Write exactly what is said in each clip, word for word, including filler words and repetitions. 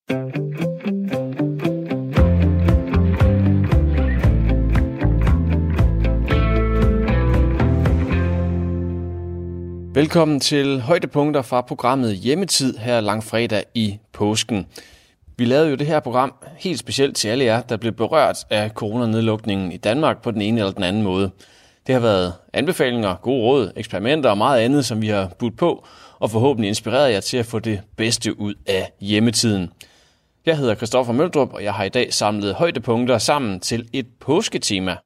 Velkommen til højdepunkter fra programmet Hjemmetid her langfredag i påsken. Vi lavede jo det her program helt specielt til alle jer, der blev berørt af coronanedlukningen i Danmark på den ene eller den anden måde. Det har været anbefalinger, gode råd, eksperimenter og meget andet, som vi har budt på, og forhåbentlig inspireret jer til at få det bedste ud af hjemmetiden. Jeg hedder Christoffer Møldrup, og jeg har i dag samlet højdepunkter sammen til et påsketema.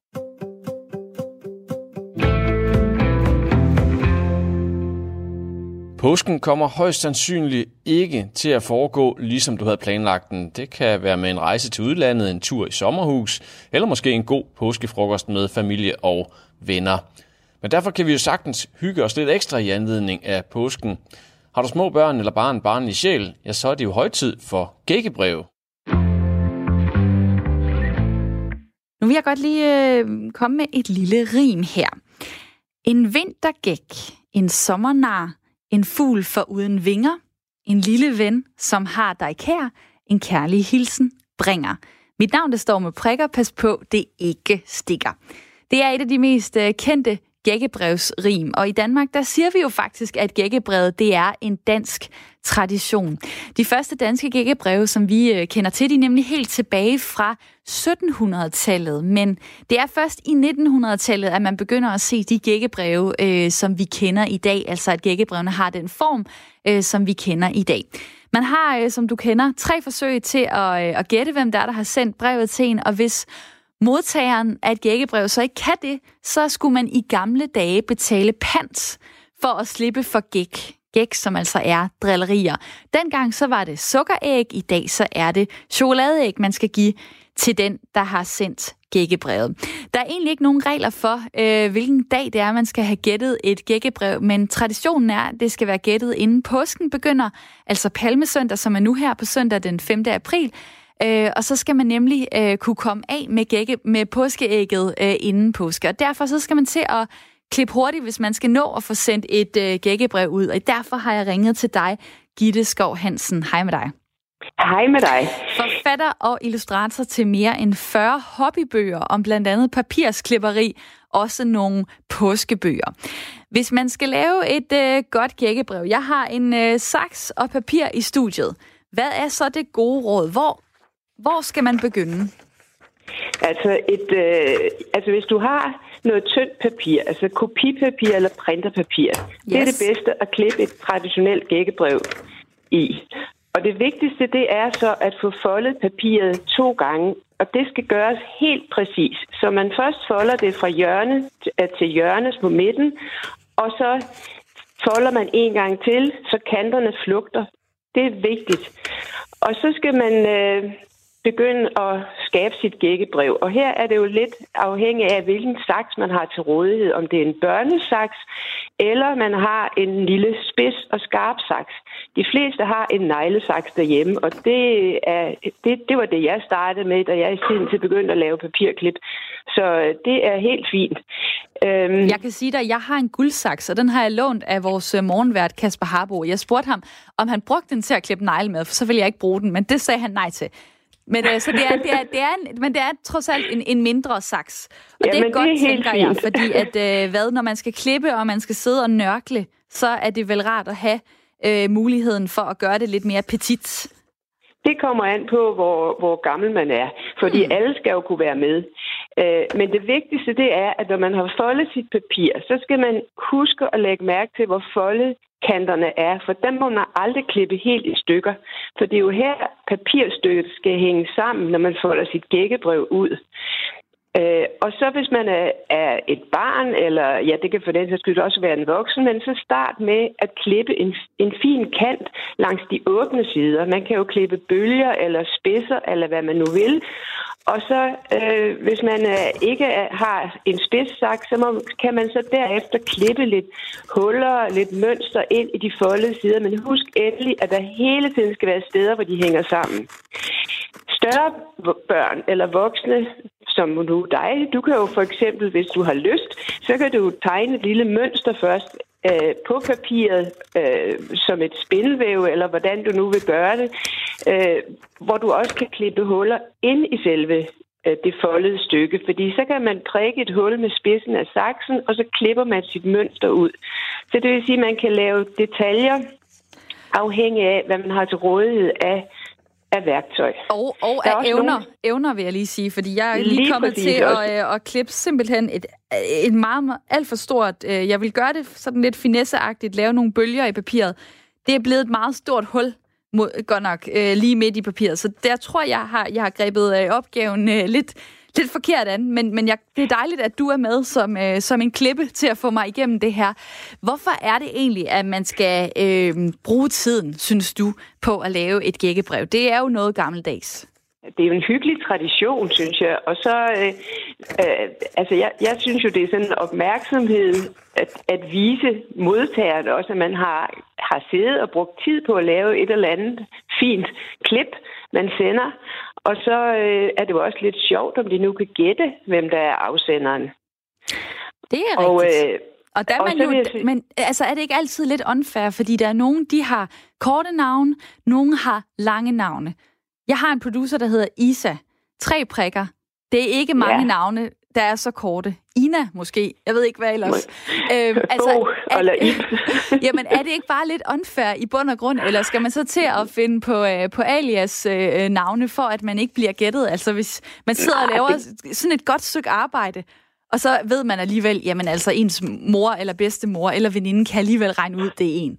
Påsken kommer højst sandsynligt ikke til at foregå, ligesom du havde planlagt den. Det kan være med en rejse til udlandet, en tur i sommerhus, eller måske en god påskefrokost med familie og venner. Men derfor kan vi jo sagtens hygge os lidt ekstra i anledning af påsken. Har du små børn eller bare en barnlig sjæl, ja, så er det jo højtid for gækkebreve. Nu vil jeg godt lige øh, komme med et lille rim her. En vintergæk, en sommernar, en fugl for uden vinger, en lille ven, som har dig kær, en kærlig hilsen bringer. Mit navn, det står med prikker, pas på, det ikke stikker. Det er et af de mest uh, kendte gækkebrevsrim, og i Danmark, der siger vi jo faktisk, at gækkebrevet, det er en dansk tradition. De første danske gækkebreve, som vi uh, kender til, de er nemlig helt tilbage fra sytten hundrede-tallet, men det er først i nitten hundrede-tallet, at man begynder at se de gækkebreve, øh, som vi kender i dag, altså at gækkebrevene har den form, øh, som vi kender i dag. Man har, øh, som du kender, tre forsøg til at, øh, at gætte, hvem der er, der har sendt brevet til en, og hvis modtageren af et gækkebrev så ikke kan det, så skulle man i gamle dage betale pant for at slippe for gæk. Gæk, som altså er drillerier. Dengang så var det sukkeræg, i dag så er det chokoladeæg, man skal give til den, der har sendt gækkebrevet. Der er egentlig ikke nogen regler for, øh, hvilken dag det er, man skal have gættet et gækkebrev, men traditionen er, at det skal være gættet inden påsken begynder, altså palmesøndag, som er nu her på søndag den femte april, øh, og så skal man nemlig øh, kunne komme af med, gække, med påskeægget øh, inden påske, og derfor så skal man til at klippe hurtigt, hvis man skal nå at få sendt et øh, gækkebrev ud, og derfor har jeg ringet til dig, Gitte Skov Hansen. Hej med dig. Hej med dig. Forfatter og illustrator til mere end fyrre hobbybøger om blandt andet papirsklipperi, også nogle påskebøger. Hvis man skal lave et øh, godt gækkebrev, jeg har en øh, saks og papir i studiet. Hvad er så det gode råd? Hvor, hvor skal man begynde? Altså, et, øh, altså hvis du har noget tyndt papir, altså kopipapir eller printerpapir, yes. Det er det bedste at klippe et traditionelt gækkebrev i. Og det vigtigste, det er så at få foldet papiret to gange, og det skal gøres helt præcis. Så man først folder det fra hjørne til hjørne på midten, og så folder man en gang til, så kanterne flugter. Det er vigtigt. Og så skal man øh, begynde at skabe sit gækkebrev. Og her er det jo lidt afhængigt af, hvilken saks man har til rådighed. Om det er en børnesaks, eller man har en lille spids og skarp saks. De fleste har en neglesaks derhjemme, og det, er, det, det var det, jeg startede med, da jeg i tiden til begyndte at lave papirklip. Så det er helt fint. Øhm. Jeg kan sige dig, at jeg har en guldsaks, og den har jeg lånt af vores morgenvært Kasper Harbo. Jeg spurgte ham, om han brugte den til at klippe negle med, for så ville jeg ikke bruge den, men det sagde han nej til. Men, øh, så det er, det er, det er en, men det er trods alt en, en mindre saks. Og ja, det er godt, det er tænker jeg, fordi at, øh, hvad, når man skal klippe, og man skal sidde og nørkle, så er det vel rart at have øh, muligheden for at gøre det lidt mere petit. Det kommer an på, hvor, hvor gammel man er, fordi hmm. alle skal jo kunne være med. Øh, men det vigtigste, det er, at når man har foldet sit papir, så skal man huske at lægge mærke til, hvor foldet kanterne er, for dem må man aldrig klippe helt i stykker. For det er jo her, papirstykket skal hænge sammen, når man folder sit gækkebrev ud. Øh, og så hvis man er, er et barn, eller ja, det kan for den sags skyld også være en voksen, men så start med at klippe en, en fin kant langs de åbne sider. Man kan jo klippe bølger eller spidser, eller hvad man nu vil. Og så, øh, hvis man øh, ikke er, har en spidssaks, så må, kan man så derefter klippe lidt huller, lidt mønster ind i de foldede sider. Men husk endelig, at der hele tiden skal være steder, hvor de hænger sammen. Større børn eller voksne, som nu dig, du kan jo for eksempel, hvis du har lyst, så kan du tegne et lille mønster først øh, på papiret øh, som et spindelvæv, eller hvordan du nu vil gøre det. øh, hvor du også kan klippe huller ind i selve øh, det foldede stykke. Fordi så kan man prikke et hul med spidsen af saksen, og så klipper man sit mønster ud. Så det vil sige, at man kan lave detaljer afhængig af, hvad man har til rådighed af af værktøj. Og, og af evner, nogle... evner, vil jeg lige sige, fordi jeg er lige, lige kommet til at, øh, at klippe simpelthen et, et meget, meget alt for stort, øh, jeg vil gøre det sådan lidt finesseagtigt, lave nogle bølger i papiret. Det er blevet et meget stort hul, mod, godt nok, øh, lige midt i papiret, så der tror jeg, har, jeg har grebet øh, opgaven øh, lidt, lidt forkert an, men, men jeg, det er dejligt, at du er med som, øh, som en klippe til at få mig igennem det her. Hvorfor er det egentlig, at man skal øh, bruge tiden, synes du, på at lave et gækkebrev? Det er jo noget gammeldags. Det er jo en hyggelig tradition, synes jeg. Og så, øh, øh, altså jeg, jeg synes jo, det er sådan en opmærksomhed at, at vise modtageren også, at man har, har siddet og brugt tid på at lave et eller andet fint klip, man sender. Og så øh, er det jo også lidt sjovt, om de nu kan gætte, hvem der er afsenderen. Det er og, rigtigt. Øh, og der er man jo, sige... men altså er det ikke altid lidt unfair, fordi der er nogen, de har korte navne, nogen har lange navne. Jeg har en producer, der hedder Isa. Tre prikker. Det er ikke mange ja. navne, der er så korte. Ina måske. Jeg ved ikke, hvad ellers. øhm, altså, er, eller jamen, er det ikke bare lidt unfair i bund og grund? Eller skal man så til at finde på, øh, på alias øh, navne, for at man ikke bliver gættet? Altså, hvis man sidder Nej, og laver det... sådan et godt stykke arbejde, og så ved man alligevel, jamen altså, ens mor eller bedstemor eller veninde kan alligevel regne ud, det er en.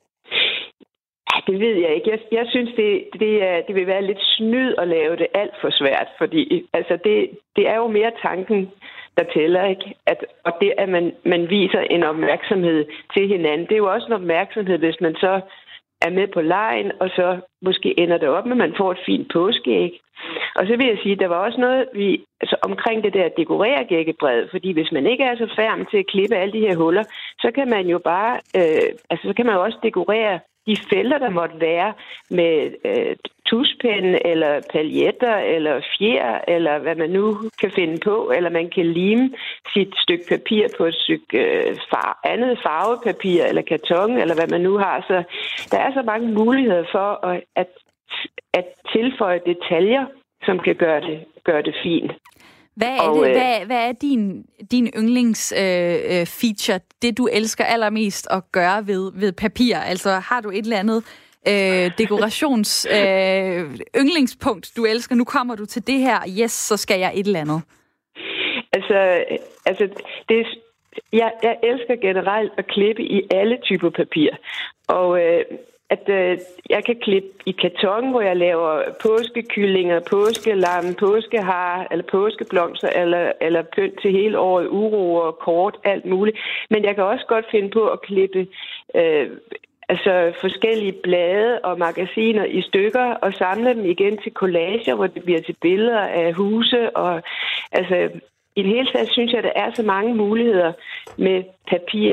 Det ved jeg ikke. Jeg, jeg synes, det, det, er, det vil være lidt snyd at lave det alt for svært, fordi altså det, det er jo mere tanken, der tæller, ikke? At, og det, at man, man viser en opmærksomhed til hinanden, det er jo også en opmærksomhed, hvis man så er med på lejen, og så måske ender det op med, at man får et fint påskeæg. Og så vil jeg sige, at der var også noget vi, altså omkring det der at dekorere gækkebrevet, fordi hvis man ikke er så færm til at klippe alle de her huller, så kan man jo bare, øh, altså så kan man jo også dekorere de felter, der måtte være med øh, tuschpenne, eller paljetter, eller fjer, eller hvad man nu kan finde på, eller man kan lime sit stykke papir på et stykke øh, far, andet farvepapir, eller karton, eller hvad man nu har. Så der er så mange muligheder for at, at, at tilføje detaljer, som kan gøre det, gøre det fint. Hvad er, og, det, hvad, hvad er din, din yndlingsfeature, øh, det du elsker allermest at gøre ved, ved papir? Altså har du et eller andet øh, dekorations øh, yndlingspunkt, du elsker? Nu kommer du til det her, yes, så skal jeg et eller andet. Altså, altså det, jeg, jeg elsker generelt at klippe i alle typer papir. Og øh, at øh, jeg kan klippe i karton, hvor jeg laver påskekyllinger, påskelam, påskehar, eller påskeblomster, eller, eller pynt til hele året, uroer, kort, alt muligt. Men jeg kan også godt finde på at klippe øh, altså forskellige blade og magasiner i stykker, og samle dem igen til collager, hvor det bliver til billeder af huse. Og altså, i det hele taget synes jeg, at der er så mange muligheder med papir.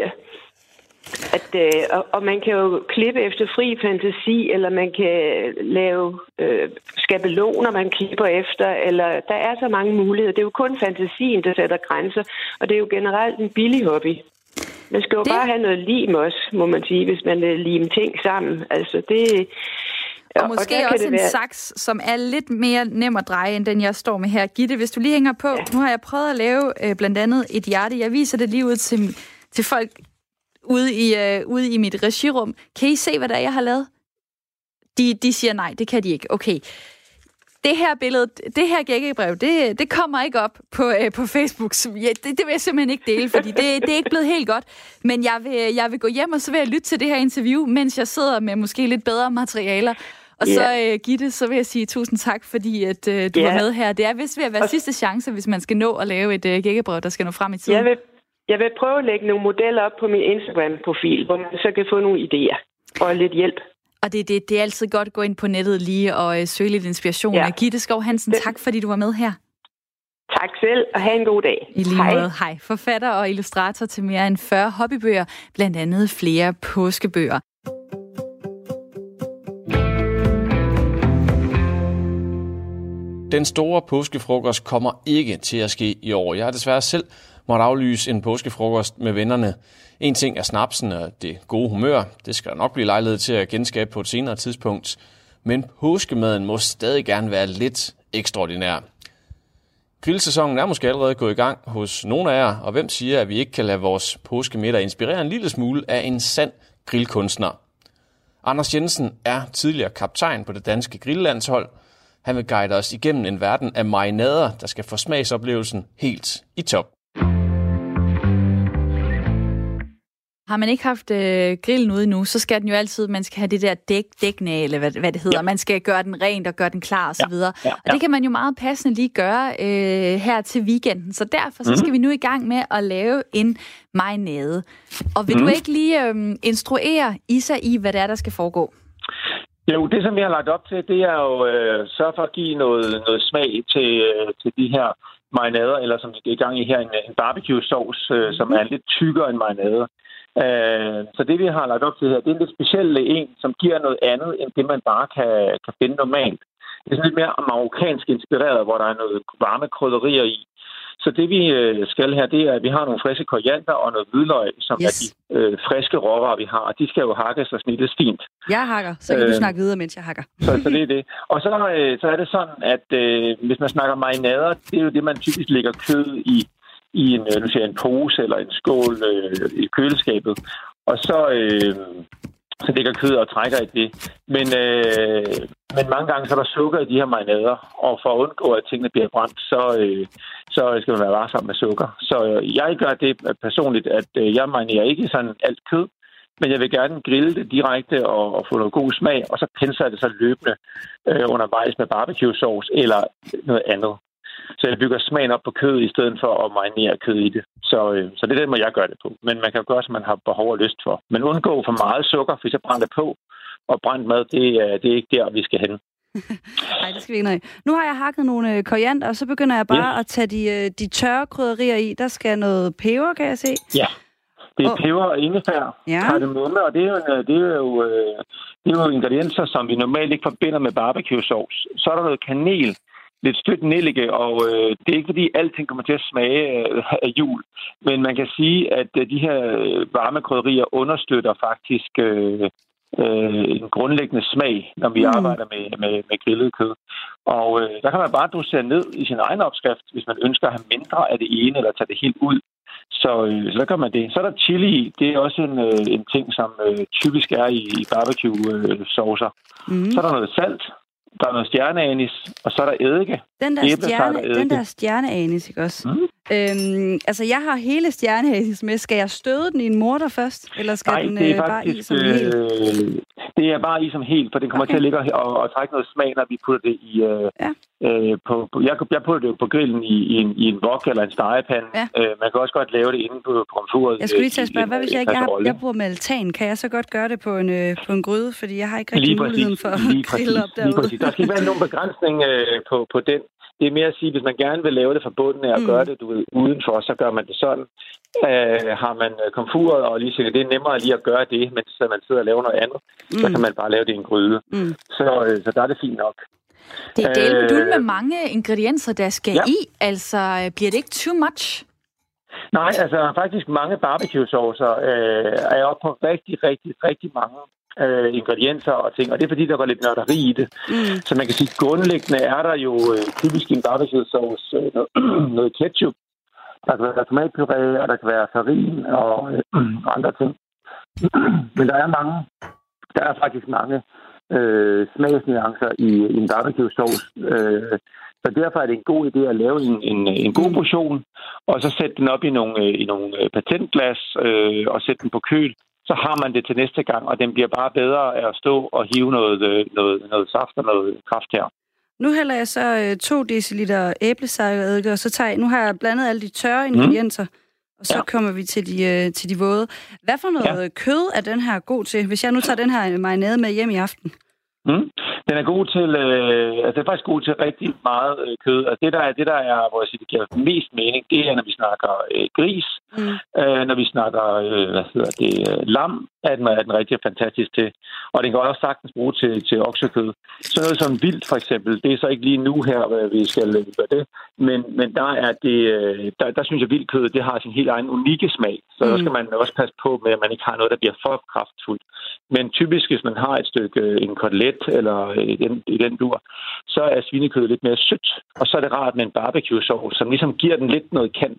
At, øh, og, og man kan jo klippe efter fri fantasi, eller man kan lave øh, skabeloner, man klipper efter, eller der er så mange muligheder. Det er jo kun fantasien, der sætter grænser, og det er jo generelt en billig hobby. Man skal jo det... bare have noget lim også, må man sige, hvis man vil lime ting sammen. Altså det... Og, og måske og også en være... saks, som er lidt mere nem at dreje, end den jeg står med her. Gitte, hvis du lige hænger på. Ja. Nu har jeg prøvet at lave øh, blandt andet et hjerte. Jeg viser det lige ud til, til folk ude i, øh, ude i mit regirum. Kan I se, hvad der er, jeg har lavet? De, de siger nej, det kan de ikke. Okay. Det her billede, det her gækkebrev, det, det kommer ikke op på, øh, på Facebook. Ja, det, det vil jeg simpelthen ikke dele, fordi det, det er ikke blevet helt godt. Men jeg vil, jeg vil gå hjem, og så vil jeg lytte til det her interview, mens jeg sidder med måske lidt bedre materialer. Og så, yeah. uh, Gitte, så vil jeg sige tusind tak, fordi at, uh, du yeah. var med her. Det er vist ved at være og... sidste chance, hvis man skal nå at lave et uh, gækkebrev, der skal nå frem i tiden. Jeg vil, jeg vil prøve at lægge nogle modeller op på min Instagram-profil, hvor man så kan få nogle idéer og lidt hjælp. Og det, det, det er altid godt at gå ind på nettet lige og uh, søge lidt inspiration. Ja. Gitte Skov Hansen, det... tak fordi du var med her. Tak selv, og have en god dag. I lige måde. Hej. Forfatter og illustrator til mere end fyrre hobbybøger, blandt andet flere påskebøger. Den store påskefrokost kommer ikke til at ske i år. Jeg har desværre selv måtte aflyse en påskefrokost med vennerne. En ting er snapsen og det gode humør. Det skal der nok blive lejlighed til at genskabe på et senere tidspunkt. men påskemaden må stadig gerne være lidt ekstraordinær. Grillsæsonen er måske allerede gået i gang hos nogle af jer, og hvem siger, at vi ikke kan lade vores påskemiddag inspirere en lille smule af en sand grillkunstner? Anders Jensen er tidligere kaptajn på det danske grilllandshold. Han vil guide os igennem en verden af marinader, der skal få smagsoplevelsen helt i top. Har man ikke haft øh, grillen ude nu, så skal den jo altid, man skal have det der dæk, dæknæ, eller hvad, hvad det hedder. Ja. Man skal gøre den rent og gøre den klar osv. Ja. Ja. Ja. Og det kan man jo meget passende lige gøre øh, her til weekenden. Så derfor så skal mm. vi nu i gang med at lave en marinade. Og vil mm. du ikke lige øh, instruere Isa i, hvad det er, der skal foregå? Jo, det som vi har lagt op til, det er jo øh, sørge for at give noget, noget smag til, øh, til de her marinader, eller som vi er i gang i her, en, en barbecue-sauce, øh, som er lidt tykkere end marinade. Uh, så det, vi har lagt op til her, det er en lidt speciel en, som giver noget andet, end det, man bare kan, kan finde normalt. Det er sådan lidt mere marokkansk inspireret, hvor der er noget varme krydderier i. Så det, vi skal her, det er, at vi har nogle friske koriander og noget hvidløg, som yes. er de øh, friske råvarer, vi har. Og de skal jo hakkes og snittes fint. Jeg hakker, så kan øh, du snakke videre, mens jeg hakker. så, så det er det. Og så, øh, så er det sådan, at øh, hvis man snakker marinader, det er jo det, man typisk lægger kød i. i en, nu siger jeg, en pose eller en skål øh, i køleskabet. Og så, øh, så ligger kødet og trækker i det. Men, øh, men mange gange så er der sukker i de her marinader, og for at undgå, at tingene bliver brændt, så, øh, så skal man være varsom med sukker. Så øh, jeg gør det personligt, at øh, jeg marinerer ikke sådan alt kød, men jeg vil gerne grille det direkte og, og få noget god smag, og så penser jeg det så løbende øh, undervejs med barbecue-sauce eller noget andet. Så jeg bygger smagen op på kød i stedet for at marinere kød i det. Så, øh, så det er den måde, jeg gør det på. Men man kan jo gøre, som man har behov og lyst for. Men undgå for meget sukker, hvis jeg brænder på. Og brændt mad, det, det er ikke der, vi skal hen. Nej, det skal vi ikke noget. Nu har jeg hakket nogle koriander, og så begynder jeg bare yes. at tage de, de tørre krydderier i. Der skal noget peber, kan jeg se. Ja, det er oh. peber og ingefær, ja. kardemomme, og det er, jo, det, er jo, det er jo ingredienser, som vi normalt ikke forbinder med barbecue-sauce. Så er der noget kanel, lidt stødt nellike, og øh, det er ikke fordi alting kommer til at smage øh, af jul, men man kan sige, at øh, de her varme krydderier understøtter faktisk øh, øh, en grundlæggende smag, når vi mm. arbejder med, med, med grillet kød. Og øh, der kan man bare dosere ned i sin egen opskrift, hvis man ønsker at have mindre af det ene, eller tage det helt ud. Så, øh, så gør man det. Så er der chili i. Det er også en, øh, en ting, som øh, typisk er i, i barbecue-saucer. Mm. Så er der noget salt. Der er noget stjerneanis, og så er der eddike. Den der, stjerne, den der stjerneanis, ikke også? Mm. Øhm, altså, jeg har hele stjerneanis med. Skal jeg støde den i en morter først? Eller skal Nej, den det er øh, faktisk, bare i som helt? Øh, det er bare i som helt, for den kommer okay. til at ligge og, og trække noget smag, når vi putter det i... Øh, ja. øh, på, på, jeg, jeg putter det jo på grillen i, i, en, i en wok eller en stegepande. Ja. Øh, man kan også godt lave det inde på komfuret. Jeg skulle lige til at spørge, hvad hvis jeg ikke... Jeg, har, jeg bruger med altan. Kan jeg så godt gøre det på en, øh, på en gryde? Fordi jeg har ikke rigtig lige muligheden for at grille op derude. Der skal ikke være nogen begrænsning øh, på, på den. Det er mere at sige, hvis man gerne vil lave det fra bunden af og mm. gøre det du ved, udenfor, så gør man det sådan. Øh, har man komfuret og lige siger, det er nemmere lige at gøre det, mens man sidder og laver noget andet, mm. så kan man bare lave det i en gryde. Mm. Så, øh, så der er det fint nok. Det er delt øh, med mange ingredienser, der skal ja. i. Altså, bliver det ikke too much? Nej, altså faktisk mange barbecue-saucer øh, er oppe på rigtig, rigtig, rigtig mange øh, ingredienser og ting, og det er fordi, der var lidt nørderi i det. Mm. Så man kan sige, grundlæggende er der jo øh, typisk en barbecue-sauce øh, noget, noget ketchup, der kan være tomatpuré, og der kan være farin og øh, andre ting. Men der er mange, der er faktisk mange øh, smagsnuancer i, i en barbecue-sauce. Øh, Så derfor er det en god idé at lave en, en, en god portion, og så sætte den op i nogle, i nogle patentglas øh, og sætte den på køl. Så har man det til næste gang, og den bliver bare bedre af at stå og hive noget, noget, noget saft og noget kraft her. Nu hælder jeg så øh, to deciliter æblecideredike, og så tager jeg, nu har jeg blandet alle de tørre ingredienser, mm. og så ja. kommer vi til de, øh, til de våde. Hvad for noget ja. kød er den her god til, hvis jeg nu tager den her marinade med hjem i aften? Mm. Den er god til, øh, altså det er faktisk god til rigtig meget øh, kød. Altså det der er, det der er, hvor jeg siger, det giver mest mening, det er, når vi snakker øh, gris, Mm. Øh, når vi snakker, øh, hvad hedder det, øh, lam, er den, er den rigtig fantastisk til. Og den kan også sagtens bruge til, til oksekød. Så noget som vildt, for eksempel, det er så ikke lige nu her, hvad vi skal gøre det. Men, men der er det, øh, der, der synes jeg, vildkød, det har sin helt egen unikke smag. Så mm. der skal man også passe på med, at man ikke har noget, der bliver for kraftfuldt. Men typisk, hvis man har et stykke, en kotelet eller i den, i den dur, så er svinekød lidt mere sødt. Og så er det rart med en barbecue-sauce, som ligesom giver den lidt noget kant.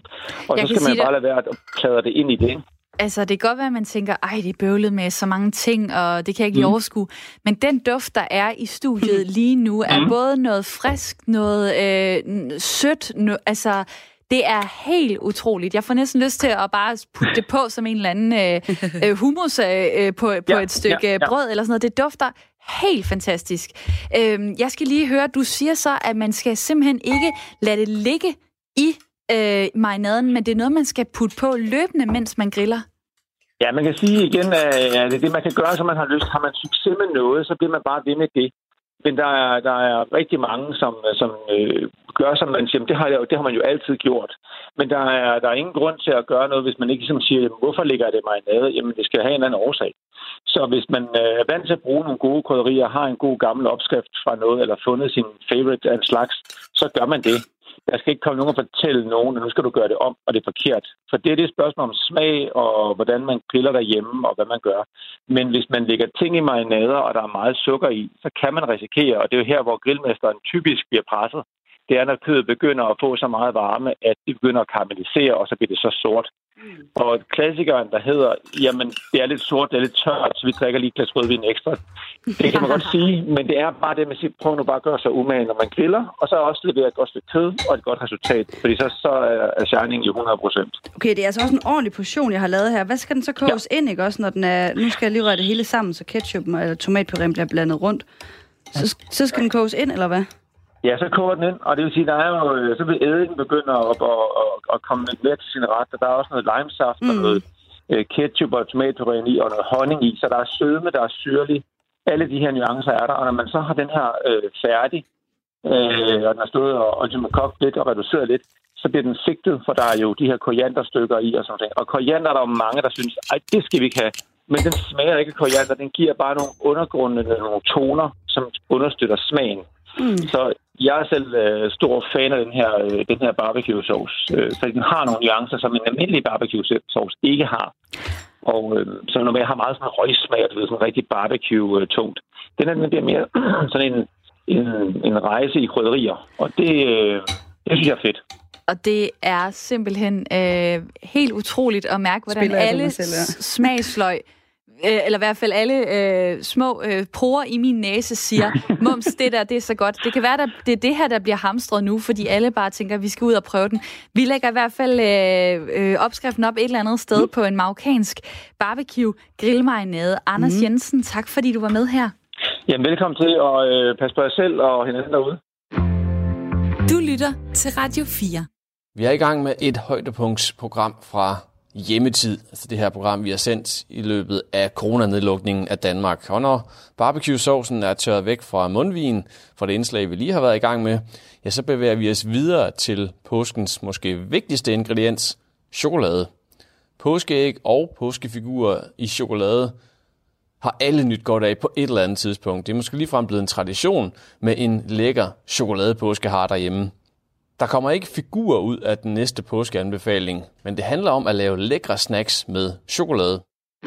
Og jeg så skal man bare lade være at pladre det ind i det, ikke? Altså, det kan godt være, at man tænker, ej, det er bøvlet med så mange ting, og det kan jeg ikke lige mm. overskue. Men den duft, der er i studiet lige nu, er mm. både noget frisk, noget øh, sødt, no, altså... Det er helt utroligt. Jeg får næsten lyst til at bare putte det på som en eller anden øh, hummus øh, på, på ja, et stykke ja, ja. brød eller sådan noget. Det dufter helt fantastisk. Øh, jeg skal lige høre, du siger så, at man skal simpelthen ikke lade det ligge i øh, marinaden, men det er noget, man skal putte på løbende, mens man griller. Ja, man kan sige igen, at det er det, man kan gøre, som man har lyst. Har man succes med noget, så bliver man bare ved med det. Men der er, der er rigtig mange, som, som øh, gør, som man siger, det har, det har man jo altid gjort. Men der er, der er ingen grund til at gøre noget, hvis man ikke ligesom siger, hvorfor ligger det marinade? Jamen, det skal have en eller anden årsag. Så hvis man øh, er vant til at bruge nogle gode krydderier, har en god gammel opskrift fra noget, eller fundet sin favorite af en slags, så gør man det. Der skal ikke komme nogen og fortælle nogen, at nu skal du gøre det om, og det er forkert. For det er det spørgsmål om smag, og hvordan man griller derhjemme, og hvad man gør. Men hvis man lægger ting i marinader, og der er meget sukker i, så kan man risikere, og det er jo her, hvor grillmesteren typisk bliver presset, det er, når kødet begynder at få så meget varme, at det begynder at karamellisere, og så bliver det så sort. Mm. Og klassikeren, der hedder, jamen, det er lidt sort, det er lidt tørt, så vi drikker lige et glas rødvin ekstra. Det kan man godt sige, men det er bare det, man siger, prøv nu bare at gøre sig umage, når man griller, og så også levere et godt stykke kød og et godt resultat, fordi så, så er shining jo hundrede procent. Okay, det er altså også en ordentlig portion, jeg har lavet her. Hvad skal den så koges ja. ind, ikke også, når den er, nu skal jeg lige røre det hele sammen, så ketchupen eller tomatpuréen bliver blandet rundt. Så, så skal den koges ind, eller hvad? Ja, så koger den ind, og det vil sige, der er jo, så vil eddingen begynde at, at, at, at komme lidt mere til sin ret, og der er også noget limesaft mm. og noget uh, ketchup og tomatpuréen i, og noget honning i, så der er sødme, der er syrlig. Alle de her nuancer er der, og når man så har den her øh, færdig, øh, og den har stået og, og ligesom kogt lidt og reduceret lidt, så bliver den sigtet, for der er jo de her korianderstykker i og sådan noget. Og koriander er der jo mange, der synes, ej, det skal vi ikke have. Men den smager ikke koriander, den giver bare nogle undergrundende, nogle toner, som understøtter smagen. Mm. Så jeg er selv øh, stor fan af den her, øh, den her barbecue-sauce. Øh, så den har nogle nuancer, som en almindelig barbecue-sauce ikke har. Og øh, så når man har meget sådan en røgsmag, det er sådan rigtig barbecue-tungt. Den er den bliver mere sådan en, en, en rejse i krydderier. Og det, øh, det synes jeg er fedt. Og det er simpelthen øh, helt utroligt at mærke, hvordan Spiller alle selv, ja. smagsløg, øh, eller i hvert fald alle øh, små øh, porer i min næse siger, mums, det der, det er så godt. Det kan være, at det er det her, der bliver hamstret nu, fordi alle bare tænker, at vi skal ud og prøve den. Vi lægger i hvert fald øh, øh, opskriften op et eller andet sted mm. på en marokkansk barbecue grillmarinade. Anders mm. Jensen, tak fordi du var med her. Jamen, velkommen til, og øh, pas på jer selv og hinanden derude. Du lytter til Radio fire. Vi er i gang med et højdepunktsprogram fra Hjemmetid, altså det her program, vi har sendt i løbet af coronanedlukningen af Danmark. Og når barbecue-saucen er tørret væk fra mundvin, fra det indslag, vi lige har været i gang med, ja, så bevæger vi os videre til påskens måske vigtigste ingrediens, chokolade. Påskeæg og påskefigurer i chokolade har alle nyt godt af på et eller andet tidspunkt. Det er måske ligefrem blevet en tradition med en lækker chokoladepåskehar derhjemme. Der kommer ikke figurer ud af den næste påskeanbefaling, men det handler om at lave lækre snacks med chokolade.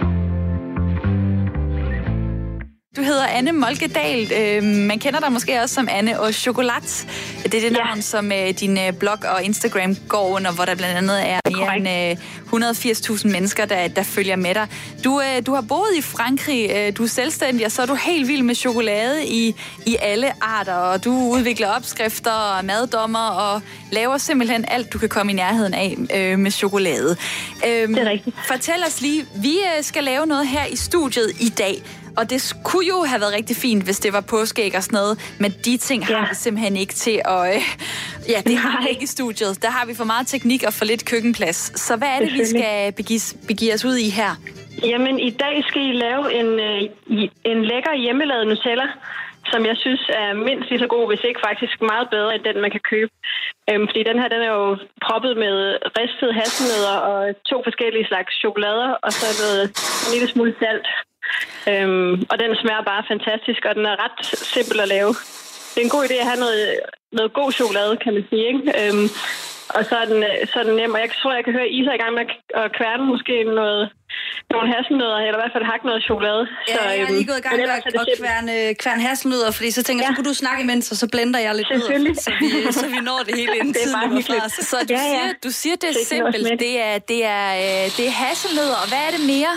Du hedder Anne Molkedal. Øh, man kender dig måske også som Anne og Chocolat. Det er det navn, ja. som øh, din øh, blog og Instagram går under, hvor der blandt andet er mere end øh, et hundrede og firs tusind mennesker, der, der følger med dig. Du, øh, du har boet i Frankrig, øh, du er selvstændig, og så er du helt vild med chokolade i, i alle arter, og du udvikler opskrifter og maddommer og laver simpelthen alt, du kan komme i nærheden af øh, med chokolade. Øh, det er rigtigt. Fortæl os lige, vi øh, skal lave noget her i studiet i dag. Og det kunne jo have været rigtig fint, hvis det var påskeæg og sådan noget, men de ting ja. har vi simpelthen ikke til at... Øh, ja, det har vi ikke i studiet. Der har vi for meget teknik og for lidt køkkenplads. Så hvad er det, vi skal begive, begive os ud i her? Jamen, i dag skal I lave en, en lækker hjemmelavet Nutella, som jeg synes er mindst lige så god, hvis ikke faktisk meget bedre end den, man kan købe. Øhm, fordi den her, den er jo proppet med ristede hasselnødder og to forskellige slags chokolader, og så noget en lille smule salt. Øhm, og den smager bare fantastisk, og den er ret simpel at lave. Det er en god idé at have noget, noget god chokolade, kan man sige, ikke? Øhm, og så er, den, så er den nem, og jeg tror, jeg kan høre Isa i gang med at kværne måske noget, nogle hasselnødder, eller i hvert fald hakke noget chokolade. Ja, så, jeg er lige gået i gang med at, at kværne, kværne hasselnødder, fordi så tænker jeg, ja. så kunne du snakke imens, og så blender jeg lidt nødder, så vi, så vi når det hele inden tiden løber fra. Så du, ja, ja. Siger, du siger, det er det simpelt, det er, det, er, det er hasselnødder, og hvad er det mere?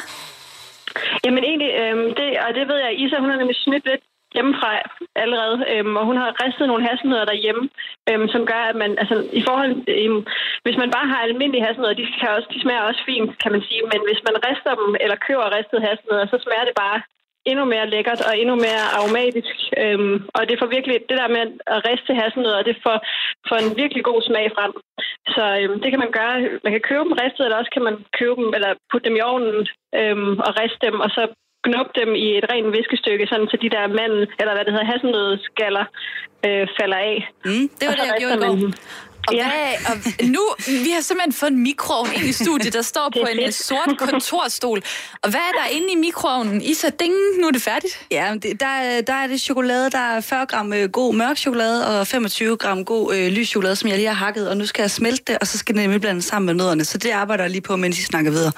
Jamen egentlig, øhm, det, og det ved jeg, Isa, hun har nemlig snydt lidt hjemmefra allerede, øhm, og hun har ristet nogle hasselnødder derhjemme, øhm, som gør, at man, altså i forhold, øhm, hvis man bare har almindelige hasselnødder, de, kan også, de smager også fint, kan man sige, men hvis man rister dem, eller køber ristede hasselnødder, så smager det bare endnu mere lækkert og endnu mere aromatisk, øhm, og det får virkelig, det der med at riste hasselnødder, det får, får en virkelig god smag frem. Så øhm, det kan man gøre, man kan købe dem ristet, eller også kan man købe dem, eller putte dem i ovnen øhm, og riste dem, og så knuppe dem i et rent viskestykke, sådan så de der mandel, eller hvad det hedder, hasselnødskaller, øh, falder af. Mm, det var det, jeg gjorde i går. Og, ja. hvad, og nu, vi har simpelthen fået en mikroovn ind i studiet, der står på en sort kontorstol. Og hvad er der inde i mikroovnen? Isa, ding, nu er det færdigt. Ja, det, der, der er det chokolade, der er fyrre gram god mørk chokolade og femogtyve gram god øh, lys chokolade, som jeg lige har hakket, og nu skal jeg smelte det, og så skal det nemlig blandes sammen med nødderne. Så det arbejder jeg lige på, mens I snakker videre.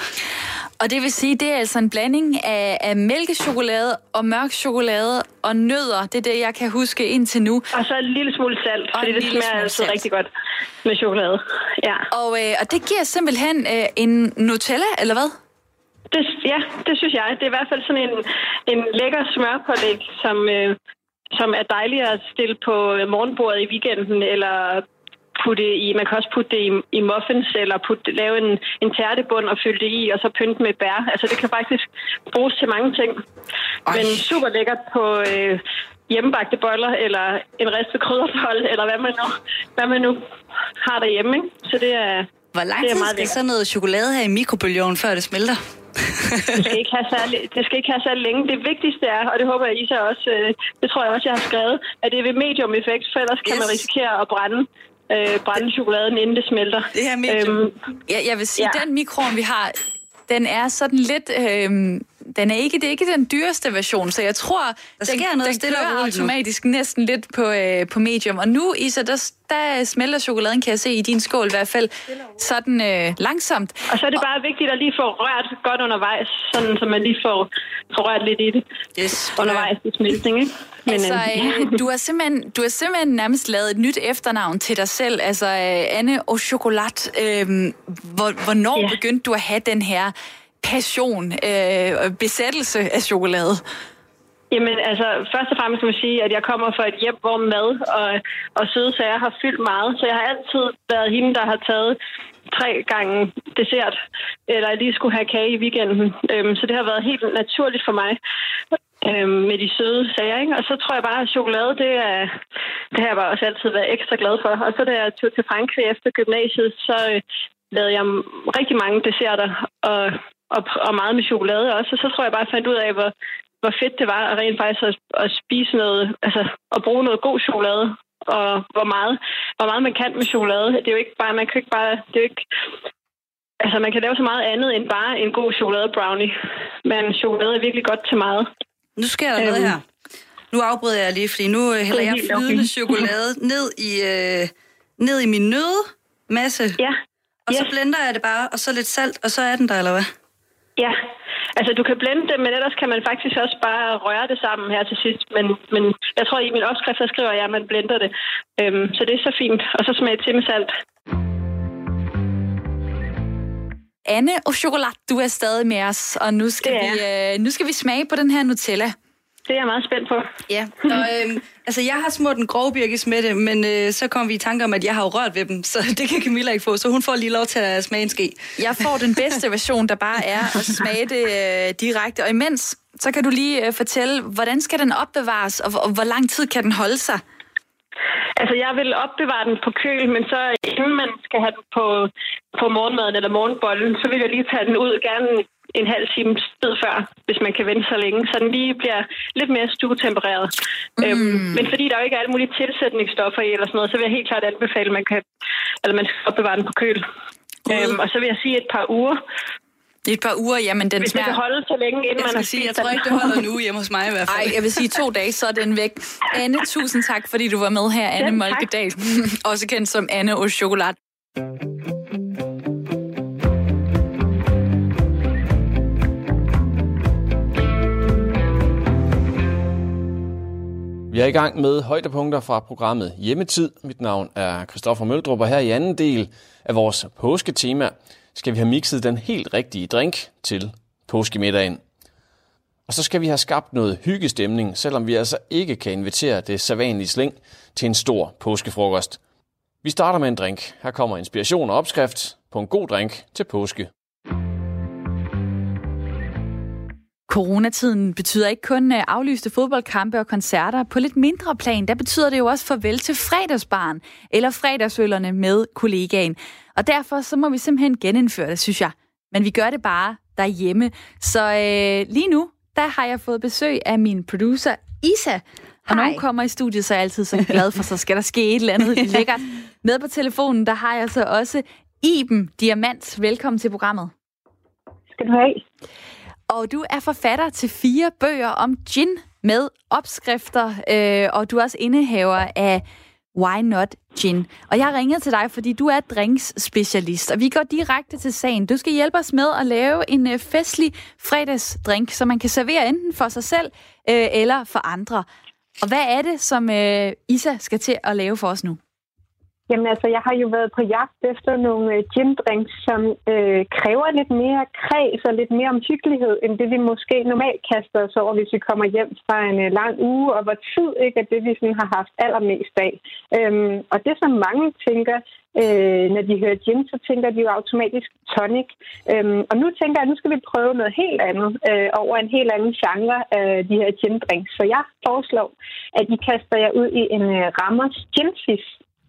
Og det vil sige, det er altså en blanding af, af mælkechokolade og mørk chokolade og nødder. Det er det, jeg kan huske indtil nu. Og så en lille smule salt, fordi det smager altså rigtig godt med chokolade. Ja. Og, øh, og det giver simpelthen øh, en Nutella, eller hvad? Det, ja, det synes jeg. Det er i hvert fald sådan en, en lækker smørpålæg, som, øh, som er dejlig at stille på morgenbordet i weekenden, eller putte i, man kan også putte det i, i muffins, eller putte, lave en, en tærtebund og fylde det i, og så pynte med bær. Altså det kan faktisk bruges til mange ting. Ej. Men super lækkert på øh, hjemmebagte boller, eller en ristet krydderbold, eller hvad man nu, hvad man nu har derhjemme. Ikke? Så det er Hvor lang tid skal sådan noget chokolade her i mikrobølgeovnen, før det smelter? det, skal ikke have særlig, det skal ikke have særlig længe. Det vigtigste er, og det håber jeg, Isa også, øh, det tror jeg også, jeg har skrevet, at det er ved medium effekt, for ellers yes. kan man risikere at brænde. Øh, brænde chokoladen, inden det smelter. Det her medium. Øhm, ja, jeg vil sige, ja. Den mikroovn, vi har, den er sådan lidt... Øhm, den er ikke, det er ikke den dyreste version, så jeg tror, der sker den, noget den kører automatisk nu. Næsten lidt på, øh, på medium. Og nu, Isa, der, der smelter chokoladen, kan jeg se i din skål i hvert fald, sådan øh, langsomt. Og så er det bare vigtigt at lige få rørt godt undervejs, sådan så man lige får, får rørt lidt i det. Yes, undervejs i smeltning, ikke? Men, altså, øh, du, har simpelthen, du har simpelthen nærmest lavet et nyt efternavn til dig selv, altså øh, Anne au Chocolat. Øh, hvor, hvornår ja. begyndte du at have den her passion, øh, besættelse af chokolade? Jamen, altså, først og fremmest kan man sige, at jeg kommer fra et hjem, hvor mad og, og søde sager har fyldt meget, så jeg har altid været hende, der har taget tre gange dessert, eller lige skulle have kage i weekenden. Øhm, så det har været helt naturligt for mig øhm, med de søde sager, ikke? Og så tror jeg bare, at chokolade, det, er, det har jeg bare også altid været ekstra glad for. Og så da jeg tog til Frankrig efter gymnasiet, så øh, lavede jeg rigtig mange desserter og Og, og meget med chokolade også. Og så tror jeg bare, at jeg fandt ud af, hvor, hvor fedt det var at rent faktisk at, at spise noget, altså at bruge noget god chokolade, og hvor meget, hvor meget man kan med chokolade. Det er jo ikke bare, man kan ikke bare, det er jo ikke, altså man kan lave så meget andet end bare en god chokolade brownie. Men chokolade er virkelig godt til meget. Nu sker der noget her. Nu afbryder jeg lige, fordi nu hælder jeg flydende okay. chokolade ned i, øh, ned i min nødmasse. Ja. Og så yes. blender jeg det bare, og så lidt salt, og så er den der, eller hvad? Ja, altså du kan blende det, men ellers kan man faktisk også bare røre det sammen her til sidst. Men, men jeg tror, i min opskrift, der skriver jeg, at man blender det. Øhm, så det er så fint. Og så smager til med salt. Anne au Chocolat, du er stadig med os, og nu skal, vi, øh, nu skal vi smage på den her Nutella. Det er jeg meget spændt på. Ja, og øhm, altså jeg har smurt en grovbirkes med det, men øh, så kom vi i tanke om, at jeg har jo rørt ved dem, så det kan Camilla ikke få, så hun får lige lov til at smage en ske. Jeg får den bedste version, der bare er at smage det øh, direkte, og imens, så kan du lige øh, fortælle, hvordan skal den opbevares, og, og hvor lang tid kan den holde sig? Altså, jeg vil opbevare den på køl, men så inden man skal have den på, på morgenmaden eller morgenbollen, så vil jeg lige tage den ud, gerne en halv time tid før, hvis man kan vente så længe, så den lige bliver lidt mere stuetempereret. Mm. Øhm, men fordi der jo ikke er alle mulige tilsætningsstoffer i eller sådan noget, så vil jeg helt klart anbefale, at man kan, eller man skal opbevare den på køl. Mm. Øhm, og så vil jeg sige et par uger. I et par uger, jamen den Hvis smager... Hvis det holde så længe, inden man har sige, jeg tror ikke, det holder nu hjemme hos mig i hvert fald. Ej, jeg vil sige to dage, så er den væk. Anne, tusind tak, fordi du var med her. Anne Molkedal, også kendt som Anne og Chokolade. Vi er i gang med højdepunkter fra programmet Hjemmetid. Mit navn er Christoffer Møldrup, og her i anden del af vores påsketema skal vi have mixet den helt rigtige drink til påskemiddagen. Og så skal vi have skabt noget hyggestemning, selvom vi altså ikke kan invitere det sædvanlige sling til en stor påskefrokost. Vi starter med en drink. Her kommer inspiration og opskrift på en god drink til påske. Coronatiden betyder ikke kun aflyste fodboldkampe og koncerter. På lidt mindre plan, der betyder det jo også farvel til fredagsbaren eller fredagsøllerne med kollegaen. Og derfor så må vi simpelthen genindføre det, synes jeg. Men vi gør det bare derhjemme. Så øh, lige nu, der har jeg fået besøg af min producer Isa. Og når hun kommer i studiet, så er jeg altid så glad for, så skal der ske et eller andet lækkert. Med på telefonen, der har jeg så også Iben Diamant. Velkommen til programmet. Skal du have. Og du er forfatter til fire bøger om gin med opskrifter, øh, og du er også indehaver af Why Not Gin. Og jeg ringer til dig, fordi du er drinks-specialist, og vi går direkte til sagen. Du skal hjælpe os med at lave en øh, festlig fredagsdrink, som man kan servere enten for sig selv øh, eller for andre. Og hvad er det, som øh, Isa skal til at lave for os nu? Jamen altså, jeg har jo været på jagt efter nogle øh, gin-drinks, som øh, kræver lidt mere kreds og lidt mere omhyggelighed, end det vi måske normalt kaster os over, hvis vi kommer hjem fra en øh, lang uge, og hvor tid ikke er det, vi sådan har haft allermest af. Øhm, og det, som mange tænker, øh, når de hører gin, så tænker de jo automatisk tonic. Øhm, og nu tænker jeg, at nu skal vi prøve noget helt andet øh, over en helt anden genre af de her gin-drinks. Så jeg foreslår, at I kaster jer ud i en øh, Rammers gin-fish.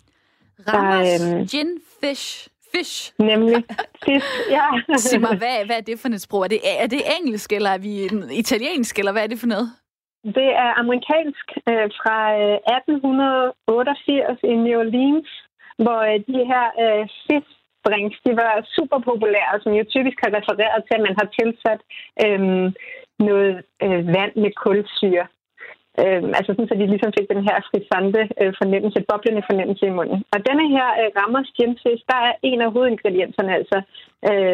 Rammers øhm, gin fish. Fish. Nemlig fish, ja. Sig mig, hvad, hvad er det for et sprog? Er det, er det engelsk, eller er vi italiensk, eller hvad er det for noget? Det er amerikansk øh, fra øh, atten otteogfirs i New Orleans, hvor øh, de her øh, fish drinks, de var super populære, som jo typisk har refereret til, at man har tilsat øh, noget øh, vand med kulsyre. Øh, altså sådan, så de ligesom fik den her frisante øh, fornemmelse, boblende fornemmelse i munden. Og denne her øh, Rammers gin fish, der er en af hovedingredienserne, altså øh,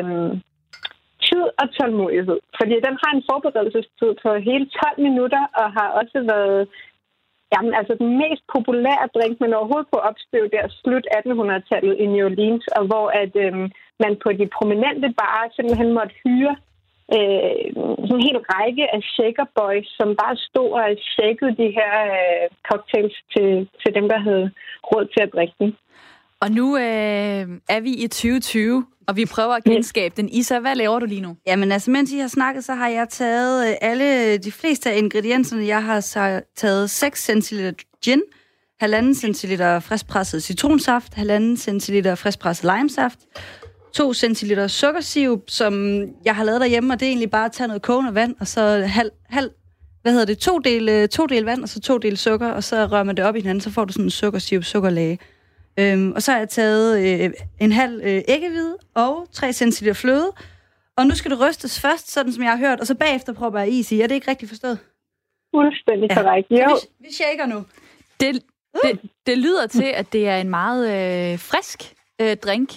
tid og tålmodighed. Fordi den har en forberedelsestid på hele tolv minutter, og har også været jamen, altså den mest populære drink, man overhovedet kunne opstøve der slut attenhundredetallet i New Orleans, og hvor at, øh, man på de prominente barer simpelthen måtte hyre Øh, en hel række af shakerboys, som bare stod og shakede de her øh, cocktails til, til dem, der havde råd til at drikke den. Og nu øh, er vi i tyve tyve, og vi prøver at genskabe den. Isa, hvad laver du lige nu? Jamen altså, mens I har snakket, så har jeg taget alle de fleste af ingredienserne. Jeg har så taget seks centiliter gin, halvanden centiliter friskpresset citronsaft, halvanden centiliter friskpresset limesaft, to centiliter sukkersirup, som jeg har lavet derhjemme, og det er egentlig bare at tage noget kogende vand, og så halv, halv hvad hedder det, to del, to del vand, og så to del sukker, og så rører man det op i hinanden, så får du sådan en sukkersirup, sukkerlage. Øhm, og så har jeg taget øh, en halv øh, æggehvide og tre centiliter fløde, og nu skal det rystes først, sådan som jeg har hørt, og så bagefter prøver jeg is i. Er det ikke rigtigt forstået? Fuldstændig ja. Korrekt, jo. Vi, vi shaker nu. Det, det, det lyder til, at det er en meget øh, frisk øh, drink,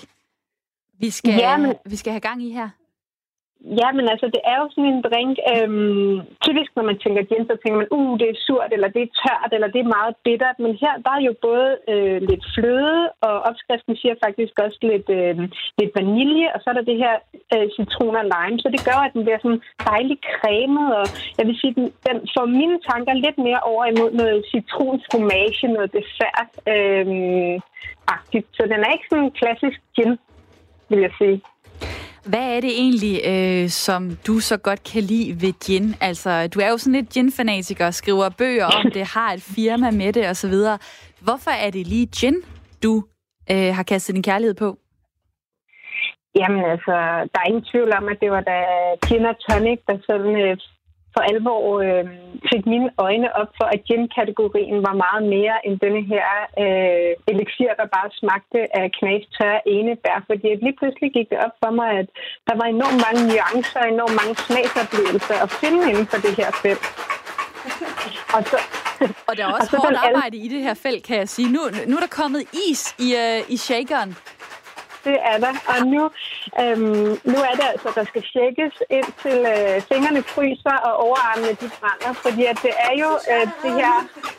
vi skal, ja, men, vi skal have gang i her. Ja, men altså, det er jo sådan en drink. Øhm, typisk, når man tænker gin, så tænker man, uh, det er surt, eller det er tørt, eller det er meget bittert. Men her, der er jo både øh, lidt fløde, og opskriften siger faktisk også lidt, øh, lidt vanilje, og så er der det her øh, citron og lime. Så det gør, at den bliver sådan dejligt cremet, og jeg vil sige, den, den får mine tanker lidt mere over imod noget citronfromage, noget dessert-agtigt. Øh, så den er ikke sådan en klassisk gin, vil jeg sige. Hvad er det egentlig, øh, som du så godt kan lide ved gin? Altså, du er jo sådan lidt gin-fanatiker, skriver bøger om det, har et firma med det osv. Hvorfor er det lige gin, du øh, har kastet din kærlighed på? Jamen altså, der er ingen tvivl om, at det var da gin og tonic, der sådan øh, for alvor øh, fik mine øjne op for, at gin-kategorien var meget mere end denne her øh, elixir, der bare smagte af knastørre enebær. Fordi lige pludselig gik det op for mig, at der var enormt mange nuancer, enormt mange smagsoplevelser at finde inden for det her felt. Og, så, og der er også og hårdt arbejde alle... i det her felt, kan jeg sige. Nu, nu er der kommet is i, øh, i shakeren. Det er der, og nu, øhm, nu er det altså, der skal tjekkes indtil øh, fingrene fryser og overarmene de brænder, fordi at det er jo øh, det her...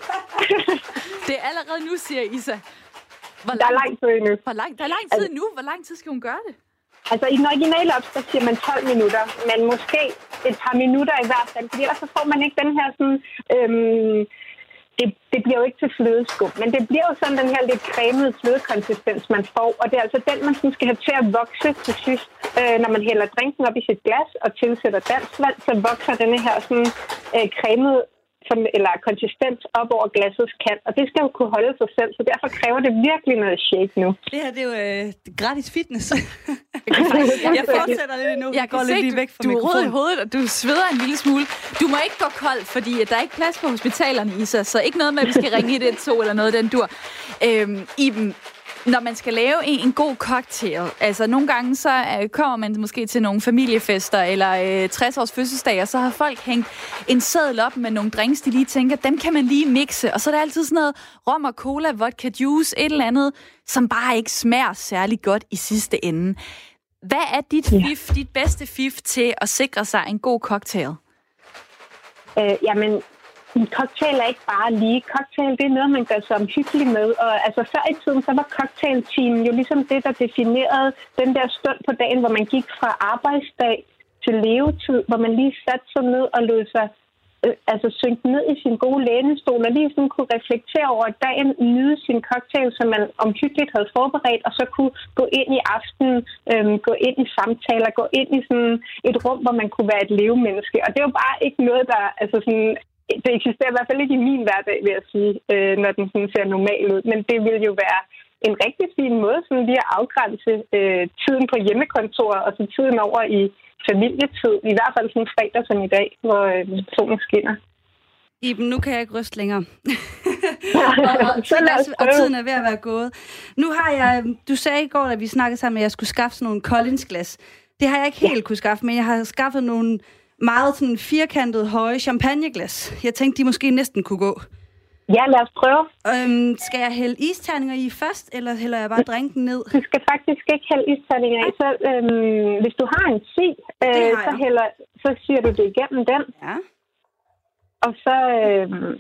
Det er allerede nu, siger Isa. Hvor der er lang tid endnu. Hvor lang, der er lang tid endnu. Hvor lang tid skal hun gøre det? Altså i den originale opskrift siger man tolv minutter, men måske et par minutter i hvert fald, fordi ellers så får man ikke den her sådan... Øhm, Det, det bliver jo ikke til flødeskum, men det bliver jo sådan den her lidt cremede flødekonsistens, man får. Og det er altså den, man sådan skal have til at vokse til sidst. Øh, når man hælder drinken op i sit glas og tilsætter dansk vand, så vokser denne her sådan øh, cremede eller konsistens op over glassets kant. Og det skal jo kunne holde sig selv, så derfor kræver det virkelig noget shake nu. Det her, det er jo øh, gratis fitness. jeg, jeg fortsætter lidt endnu. Jeg går lidt lige væk fra mikrofonen. Du er rød i hovedet, og du sveder en lille smule. Du må ikke gå kold, fordi der er ikke plads på hospitalerne, Isa. Så ikke noget med, at vi skal ringe et et to eller noget den dur. Øhm, Iben, når man skal lave en, en god cocktail, altså nogle gange så øh, kommer man måske til nogle familiefester eller øh, tres års fødselsdag, og så har folk hængt en seddel op med nogle drinks, de lige tænker, dem kan man lige mixe. Og så er der altid sådan noget rom og cola, vodka juice, et eller andet, som bare ikke smager særlig godt i sidste ende. Hvad er dit fif, ja. dit bedste fif til at sikre sig en god cocktail? Øh, jamen... En cocktail er ikke bare lige. Cocktail, det er noget, man gør sig omhyggelig med. Og altså før i tiden, så var cocktailtimen jo ligesom det, der definerede den der stund på dagen, hvor man gik fra arbejdsdag til levetid, hvor man lige satte sig ned og lod sig øh, altså synke ned i sin gode lænestol, og lige sådan kunne reflektere over dagen, nyde sin cocktail, som man omhyggeligt havde forberedt, og så kunne gå ind i aftenen, øh, gå ind i samtaler, gå ind i sådan et rum, hvor man kunne være et levemenneske. Og det er jo bare ikke noget, der altså sådan... Det eksisterer i hvert fald ikke i min hverdag, vil jeg sige, øh, når den sådan ser normal ud. Men det vil jo være en rigtig fin måde sådan lige at afgrænse øh, tiden på hjemmekontor og så tiden over i familietid. I hvert fald sådan fredag som i dag, hvor øh, solen skinner. Iben, nu kan jeg ikke ryste længere. og, og, tiden er, og tiden er ved at være gået. Nu har jeg... Du sagde i går, da vi snakkede sammen, at jeg skulle skaffe sådan nogle Collins-glas. Det har jeg ikke helt ja. kunne skaffe, men jeg har skaffet nogle... meget sådan firkantet høje champagneglas. Jeg tænkte, de måske næsten kunne gå. Ja, lad os prøve. Øhm, skal jeg hælde isterninger i først, eller hælder jeg bare drinken ned? Du skal faktisk ikke hælde isterninger i. Så, øhm, hvis du har en si, øh, så, hælder, så siger du det igennem den. Ja. Og så... Øhm,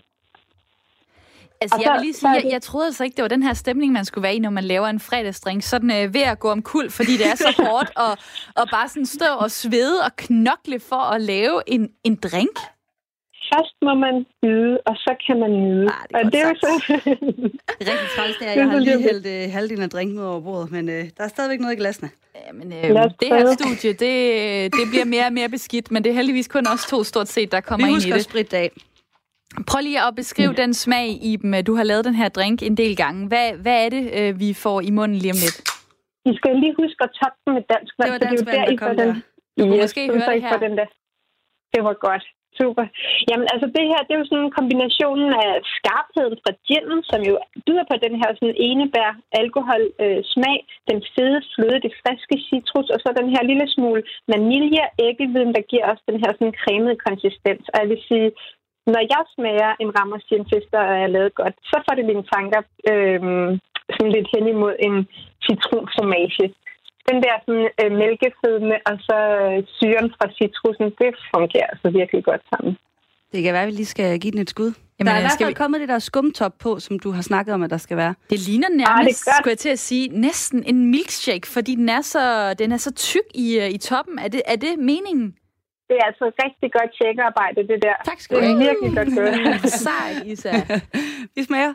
Altså, jeg vil lige sige, jeg, jeg troede altså ikke, det var den her stemning, man skulle være i, når man laver en fredagsdrink. Sådan øh, ved at gå om kul, fordi det er så hårdt, og, og bare sådan stå og svede og knokle for at lave en, en drink. Først må man byde, og så kan man nyde. Ah, det er, og det er jo så... det er rigtig træls, det er. Jeg har lige hældt øh, halvdelen af drinken ud over bordet, men øh, der er stadigvæk noget i glassene. Ja, men øh, det her studie, det, det bliver mere og mere beskidt, men det er heldigvis kun os to stort set, der kommer ind i det. Vi husker at spritte af. Prøv lige at beskrive mm. den smag, Iben. Du har lavet den her drink en del gange. Hvad, hvad er det, vi får i munden lige om lidt? I skal lige huske at toppe den med dansk vand. Det var dansk vand, der, der kom der. Du kunne yes, måske høre det her. Den der. Det var godt. Super. Jamen altså det her, det er jo sådan kombinationen af skarpheden fra ginen, som jo byder på den her sådan enebær alkohol øh, smag, den fede fløde, det friske citrus, og så den her lille smule vanilje æggeviden, der giver også den her sådan cremede konsistens. Og jeg vil sige, når jeg smager en Ramos Gin Fizz, der er lavet godt, så får det mine tanker øh, sådan lidt hen imod en citronfromage. Den der sådan, øh, mælkefedme og så øh, syren fra citrusen, det fungerer altså virkelig godt sammen. Det kan være, at vi lige skal give den et skud. Jamen, der er i hvert fald vi... kommet det der skumtop på, som du har snakket om, at der skal være. Det ligner nærmest, ah, skulle jeg til at sige, næsten en milkshake, fordi den er så, den er så tyk i, i toppen. Er det, er det meningen? Det er altså rigtig godt tjekkearbejde, det der. Tak skal du have. Det er virkelig godt gået. Sejt, Isa. Vi smager.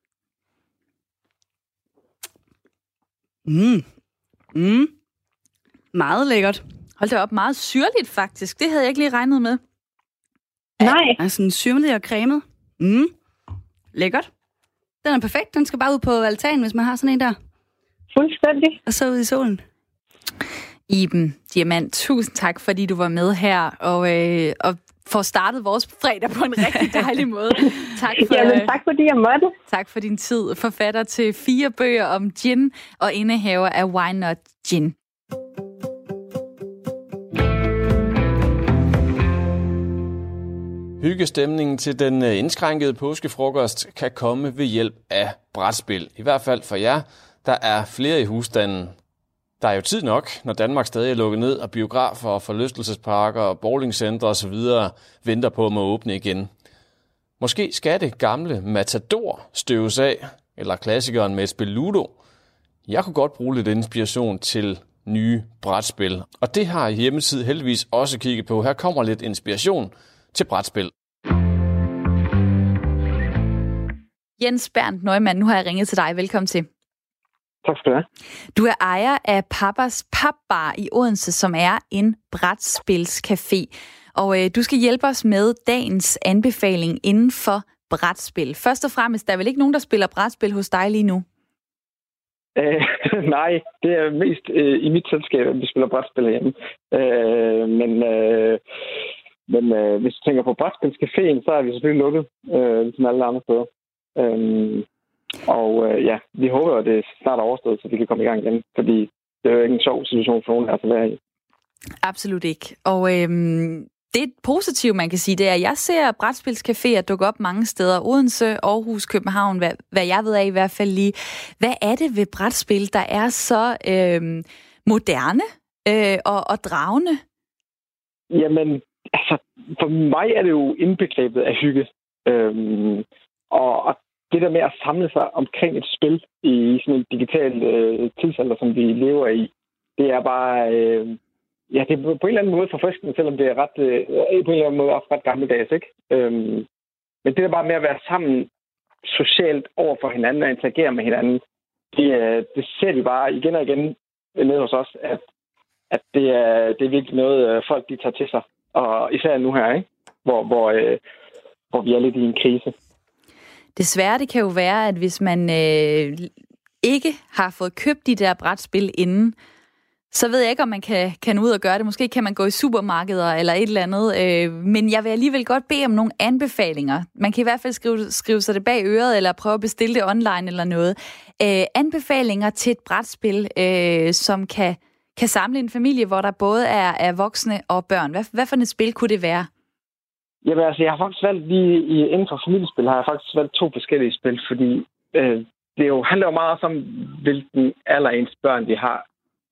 Mm. Mm. Meget lækkert. Hold da op, meget syrligt faktisk. Det havde jeg ikke lige regnet med. Nej. Er sådan syrlig og cremet. Mm. Lækkert. Den er perfekt. Den skal bare ud på altanen, hvis man har sådan en der. Fuldstændig. Og så ud i solen. Iben Diamant, tusind tak, fordi du var med her, og, øh, og får startet vores fredag på en rigtig dejlig måde. Tak for, Jamen, tak fordi jeg måtte. Tak for din tid. Forfatter til fire bøger om gin og indehaver af Why Not Gin. Hyggestemningen til den indskrænkede påskefrokost kan komme ved hjælp af brætspil. I hvert fald for jer, der er flere i husstanden. Der er jo tid nok, når Danmark stadig er lukket ned, og biografer og forlystelsesparker og bowlingcentre osv. venter på at må åbne igen. Måske skal det gamle Matador støves af, eller klassikeren med et spil Ludo. Jeg kunne godt bruge lidt inspiration til nye brætspil, og det har Hjemmeside heldigvis også kigget på. Her kommer lidt inspiration til brætspil. Jens Bernt Neumann, nu har jeg ringet til dig. Velkommen til. Tak skal du have. Du er ejer af Pappas Papbar i Odense, som er en brætspilscafé. Og øh, du skal hjælpe os med dagens anbefaling inden for brætspil. Først og fremmest, der er vel ikke nogen, der spiller brætspil hos dig lige nu? Øh, nej, det er mest øh, i mit selskab, at vi spiller brætspil hjemme. Øh, men øh, men øh, hvis du tænker på brætspilscaféen, så er vi selvfølgelig lukket, øh, ligesom alle andre steder. Øh, Og øh, ja, vi håber, at det snart er overstået, så vi kan komme i gang igen. Fordi det er jo ikke en sjov situation for nogen her at være i. Absolut ikke. Og øhm, det positive, man kan sige, det er, at jeg ser brætspilscaféer dukke op mange steder. Odense, Aarhus, København, hvad, hvad jeg ved af i hvert fald lige. Hvad er det ved brætspil, der er så øhm, moderne øh, og, og dragende? Jamen, altså, for mig er det jo indbegrebet af hygge. Øhm, og, og det der med at samle sig omkring et spil i sådan en digital øh, tidsalder, som vi lever i, det er bare, øh, ja, det er på en eller anden måde forfriskende, selvom det er ret, øh, på en eller anden måde også ret gammeldags, ikke? Øhm, men det der bare med at være sammen socialt over for hinanden og interagere med hinanden, det, øh, det ser vi bare igen og igen ned hos os, at, at det, er, det er virkelig noget, folk de tager til sig. Og især nu her, ikke? Hvor, hvor, øh, hvor vi er lidt i en krise. Det svære, det kan jo være, at hvis man øh, ikke har fået købt de der brætspil inden, så ved jeg ikke, om man kan, kan ud og gøre det. Måske kan man gå i supermarkeder eller et eller andet. Øh, men jeg vil alligevel godt bede om nogle anbefalinger. Man kan i hvert fald skrive, skrive sig det bag øret, eller prøve at bestille det online eller noget. Øh, anbefalinger til et brætspil, øh, som kan, kan samle en familie, hvor der både er, er voksne og børn. Hvad, hvad for et spil kunne det være? Jamen altså, jeg har faktisk valgt lige i, inden for familiespil, har jeg faktisk valgt to forskellige spil, fordi øh, det jo handler jo meget om, hvilken alder ens børn de har.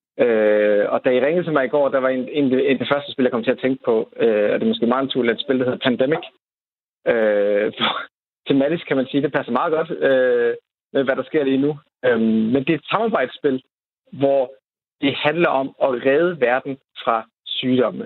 Øh, og da I ringede til mig i går, der var en, en, en af de første spil, jeg kom til at tænke på, øh, og det er måske meget naturligt, et spil, der hedder Pandemic. Øh, tematisk kan man sige, det passer meget godt øh, med, hvad der sker lige nu. Øh, men det er et samarbejdsspil, hvor det handler om at redde verden fra sygdomme.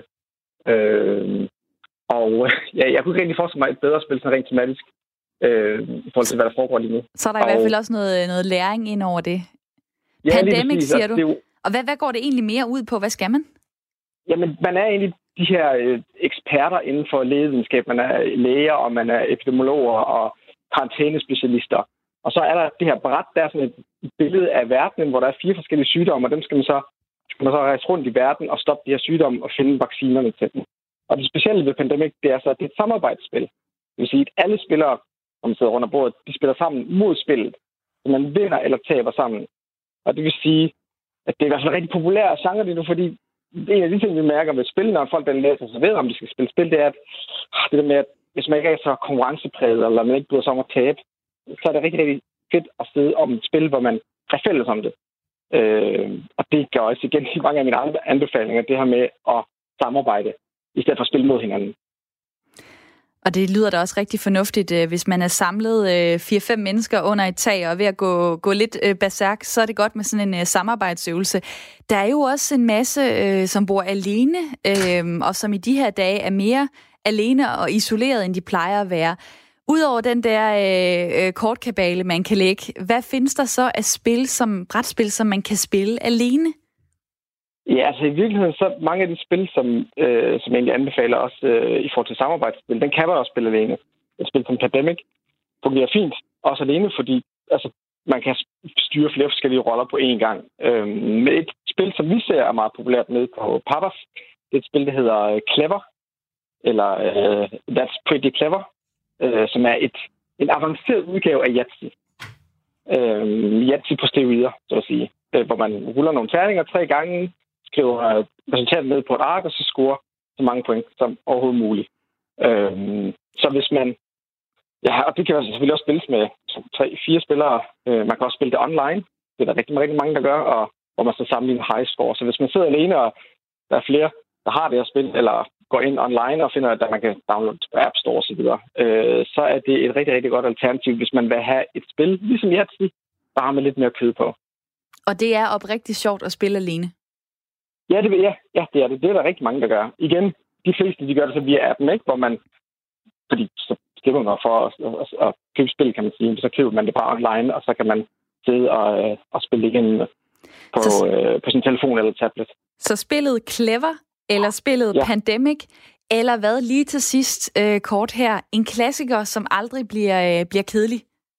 Øh, Og ja, jeg kunne ikke rigtig forestille mig et bedre spil, sådan rent tematisk, øh, i forhold til, hvad der foregår lige nu. Så er der og... i hvert fald også noget, noget læring ind over det. Ja, Pandemic, siger du? Jo... Og hvad, hvad går det egentlig mere ud på? Hvad skal man? Jamen, man er egentlig de her øh, eksperter inden for lægevidenskab. Man er læger, og man er epidemiologer og karantænespecialister. Og så er der det her bræt, der er sådan et billede af verdenen, hvor der er fire forskellige sygdomme, og dem skal man så, skal man så rejse rundt i verden og stoppe de her sygdomme og finde vaccinerne til dem. Og det specielle ved Pandemic, det er så, at det er et samarbejdsspil. Det vil sige, at alle spillere, som sidder under bordet, de spiller sammen mod spillet. Så man vinder eller taber sammen. Og det vil sige, at det er i hvert fald en rigtig populær genre lige nu, fordi en af de ting, vi mærker ved spil, når folk der læser sig ved, om de skal spille spil, det er, at det der med, at hvis man ikke er så konkurrencepræget, eller man ikke bryder sig om at tabe, så er det rigtig, rigtig fedt at sidde om et spil, hvor man er fælles om det. Øh, og det gør også igen i mange af mine andre anbefalinger, det her med at samarbejde, i stedet for at spille mod hinanden. Og det lyder da også rigtig fornuftigt, hvis man er samlet fire-fem mennesker under et tag og ved at gå, gå lidt berserk, så er det godt med sådan en samarbejdsøvelse. Der er jo også en masse, som bor alene, og som i de her dage er mere alene og isoleret, end de plejer at være. Udover den der øh, kortkabale, man kan lægge, hvad findes der så af spil, som brætspil, som man kan spille alene? Ja, altså i virkeligheden, så mange af de spil, som, øh, som jeg egentlig anbefaler også øh, i forhold til samarbejdsspil, den kan man også spille alene. Et spil som Pandemic fungerer fint, også alene, fordi altså, man kan styre flere forskellige roller på én gang. Øh, med et spil, som vi ser er meget populært nede på Pappers. Det er et spil, der hedder Clever, eller uh, That's Pretty Clever, uh, som er et, en avanceret udgave af Yahtzee. Uh, Yahtzee på steroider, så at sige. Uh, hvor man ruller nogle terninger tre gange, skriver uh, resultatet ned på et ark, og så scorer så mange point som overhovedet muligt. Uh, så hvis man... Ja, og det kan selvfølgelig også spilles med tre, fire spillere. Uh, man kan også spille det online. Det er der rigtig, rigtig mange, der gør, og hvor man så sammenligner high score. Så hvis man sidder alene, og der er flere, der har det at spille, eller går ind online og finder, at man kan downloade på App Store osv., øh, så er det et rigtig, rigtig godt alternativ, hvis man vil have et spil, ligesom Yahtzee, bare med lidt mere kød på. Og det er oprigtigt sjovt at spille alene? Ja, det, ja, ja, det er det. Det er der rigtig mange, der gør. Igen, de fleste, de gør det så via appen, ikke? Hvor man, fordi så slipper man for at, at, at købe spil, kan man sige. Så køber man det bare online, og så kan man sidde og, og spille igen på, så, øh, på sin telefon eller tablet. Så spillet Clever, eller spillet ja. Pandemic, eller hvad lige til sidst øh, kort her, en klassiker, som aldrig bliver, øh, bliver kedelig?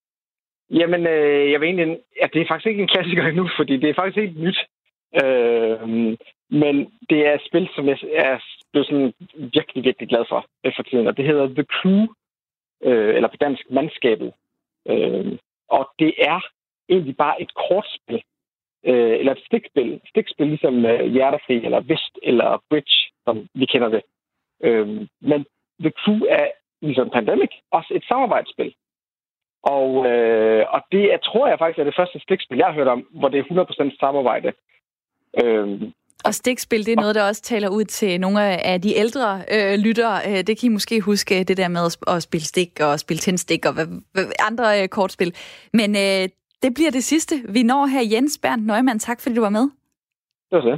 Jamen, øh, jeg vil egentlig... Ja, det er faktisk ikke en klassiker endnu, fordi det er faktisk helt nyt. Øh, men det er et spil, som jeg er blevet sådan virkelig, virkelig glad for øh, for tiden, og det hedder The Crew, øh, eller på dansk Mandskabet. Øh, og det er egentlig bare et kortspil, øh, eller et stikspil. Stikspil ligesom øh, Hjertefri, eller Vist, eller Bridge, som vi kender det. Øh, men The Crew er ligesom Pandemic også et samarbejdsspil. Og, øh, og det er, tror jeg faktisk er det første stikspil, jeg har hørt om, hvor det er hundrede procent samarbejde. Øh, Og stikspil, det er noget, der også taler ud til nogle af de ældre øh, lyttere. Det kan I måske huske, det der med at spille stik og spille tændstik og andre øh, kortspil. Men øh, det bliver det sidste, vi når her. Jens Berndt Neumann, tak fordi du var med. Det var det.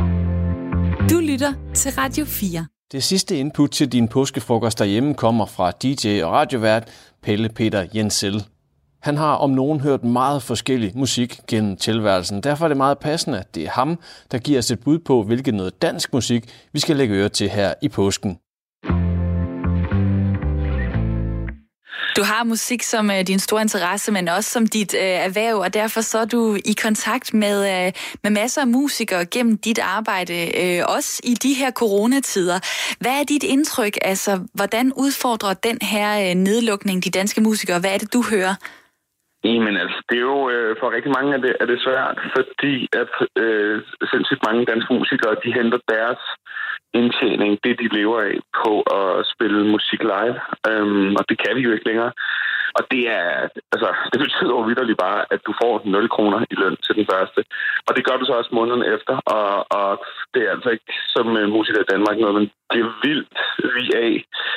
Du lytter til Radio fire. Det sidste input til din påskefrokost derhjemme kommer fra D J og radiovært Pelle Peter Jensel. Han har om nogen hørt meget forskellig musik gennem tilværelsen. Derfor er det meget passende, at det er ham, der giver os et bud på, hvilket noget dansk musik vi skal lægge øre til her i påsken. Du har musik som øh, din store interesse, men også som dit øh, erhverv, og derfor så er du i kontakt med, øh, med masser af musikere gennem dit arbejde, øh, også i de her coronatider. Hvad er dit indtryk? Altså, hvordan udfordrer den her øh, nedlukning de danske musikere? Hvad er det, du hører? Jamen altså, det er jo øh, for rigtig mange er det, er det svært, fordi at øh, sindssygt mange danske musikere, de henter deres indtjening, det de lever af, på at spille musik live, øhm, og det kan vi jo ikke længere. Og det er, altså, det betyder jo vitterligt bare, at du får nul kroner i løn til den første. Og det gør du så også måneden efter, og, og det er altså ikke som musiker i Danmark noget, man bliver vildt rig af.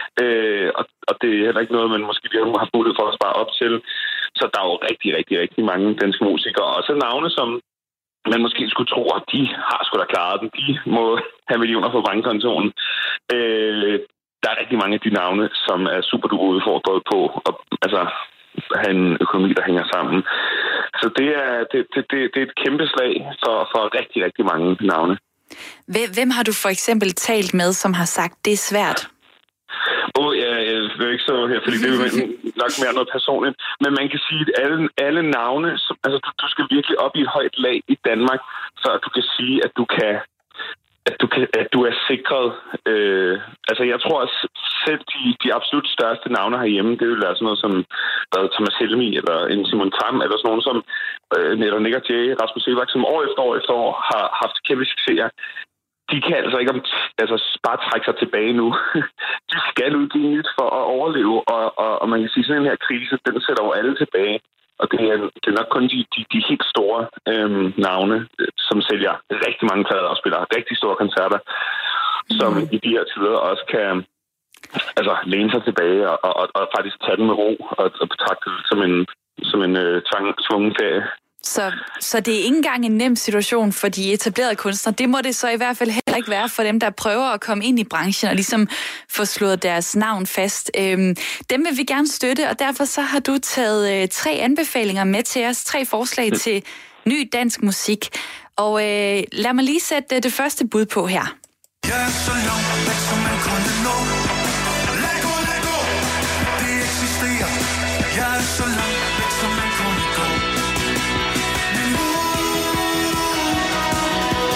Øh, og, og det er heller ikke noget, man måske lige har mulighed for at spare op til. Så der er jo rigtig, rigtig, rigtig mange danske musikere. Og så navne, som man måske skulle tro, at de har sgu da klaret den. De må have millioner på bankkontoen. Øh, der er rigtig mange af de navne, som er super duper udfordret på at altså, have en økonomi, der hænger sammen. Så det er, det, det, det, det er et kæmpe slag for, for rigtig, rigtig mange navne. Hvem har du for eksempel talt med, som har sagt, det er svært? Åh, oh, ja, jeg vil ikke så her, fordi det er nok mere noget personligt. Men man kan sige, at alle, alle navne, som, altså du, du skal virkelig op i et højt lag i Danmark, før du kan sige, at du kan, at du, kan, at du er sikret. Øh, altså jeg tror, at selv de, de absolut største navne herhjemme, det vil være sådan noget som hvad, Thomas Helmi, eller en Simon Tam, eller sådan nogen som øh, eller Nick og Jay, Rasmus Sebak, som år efter år efter år har haft kæmpe succeser. De kan altså ikke om, altså, bare trække sig tilbage nu. De skal udgive nyt for at overleve, og, og, og man kan sige, sådan en her krise, den sætter jo alle tilbage. Og det er, det er nok kun de, de, de helt store øhm, navne, som sælger rigtig mange plader og spiller rigtig store koncerter, mm. som i de her tider også kan altså, læne sig tilbage og, og, og faktisk tage den med ro og, og betragte det som en, som en øh, tvang, tvungen ferie. Så, så det er ikke engang en nem situation for de etablerede kunstnere. Det må det så i hvert fald heller ikke være for dem, der prøver at komme ind i branchen og ligesom få slået deres navn fast. Øhm, dem vil vi gerne støtte, og derfor så har du taget øh, tre anbefalinger med til os. Tre forslag mm. til ny dansk musik. Og øh, lad mig lige sætte det første bud på her. Jeg er så langt væk, som man kunne nå. Lego, Lego, det eksisterer. Jeg er så langt væk, som man kunne gå.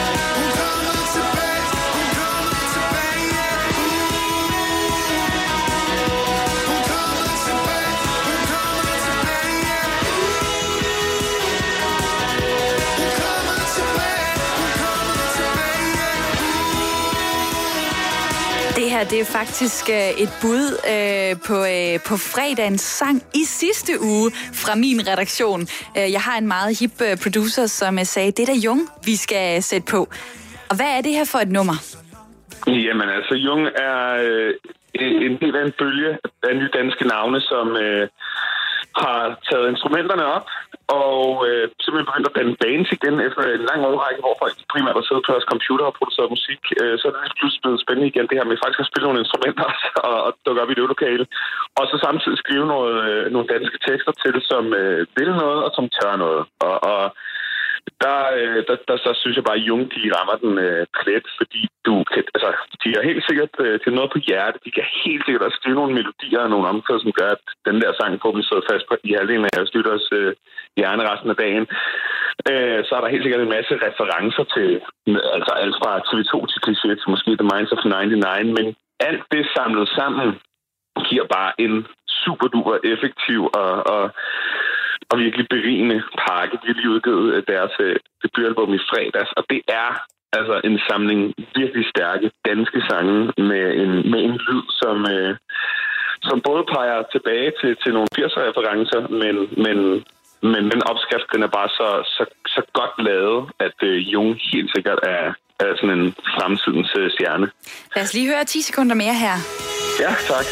her, det er faktisk øh, et bud øh, på, øh, på fredagens sang i sidste uge fra min redaktion. Øh, jeg har en meget hip øh, producer, som øh, sagde, det er da Jung, vi skal sætte på. Og hvad er det her for et nummer? Jamen altså, Jung er øh, en del af en bølge af nye danske navne, som øh, har taget instrumenterne op og øh, simpelthen begyndt at danne bands igen efter en lang årrække, hvor folk primært har siddet på deres computer og produceret musik. Øh, så er det pludselig blevet spændende igen, det her med faktisk at spille nogle instrumenter og, og dukke op i det øvelokale. Og så samtidig skrive noget, øh, nogle danske tekster til, som øh, vil noget og som tør noget. Og, og Der, der, der, der synes jeg bare, at Jung, de rammer den øh, plet, fordi du kan, altså, de har helt sikkert øh, til noget på hjertet. De kan helt sikkert også skrive nogle melodier og nogle omkvæd, som gør, at den der sang får vi siddet fast på i halvdelen af jeres lytters øh, hjerne resten af dagen. Øh, så er der helt sikkert en masse referencer til, altså alt fra T V to til Cliché til måske The Minds of nioghalvfems, men alt det samlet sammen giver bare en super duper effektiv og, og og virkelig berigende pakke. De har lige udgivet deres øh, debutalbum i fredags, og det er altså en samling virkelig stærke danske sange med en, med en lyd, som, øh, som både peger tilbage til, til nogle firser-referencer, men, men, men den opskrift, den er bare så, så, så godt lavet, at øh, Jung helt sikkert er, er sådan en fremtidens øh, stjerne. Lad os lige høre ti sekunder mere her. Ja, tak.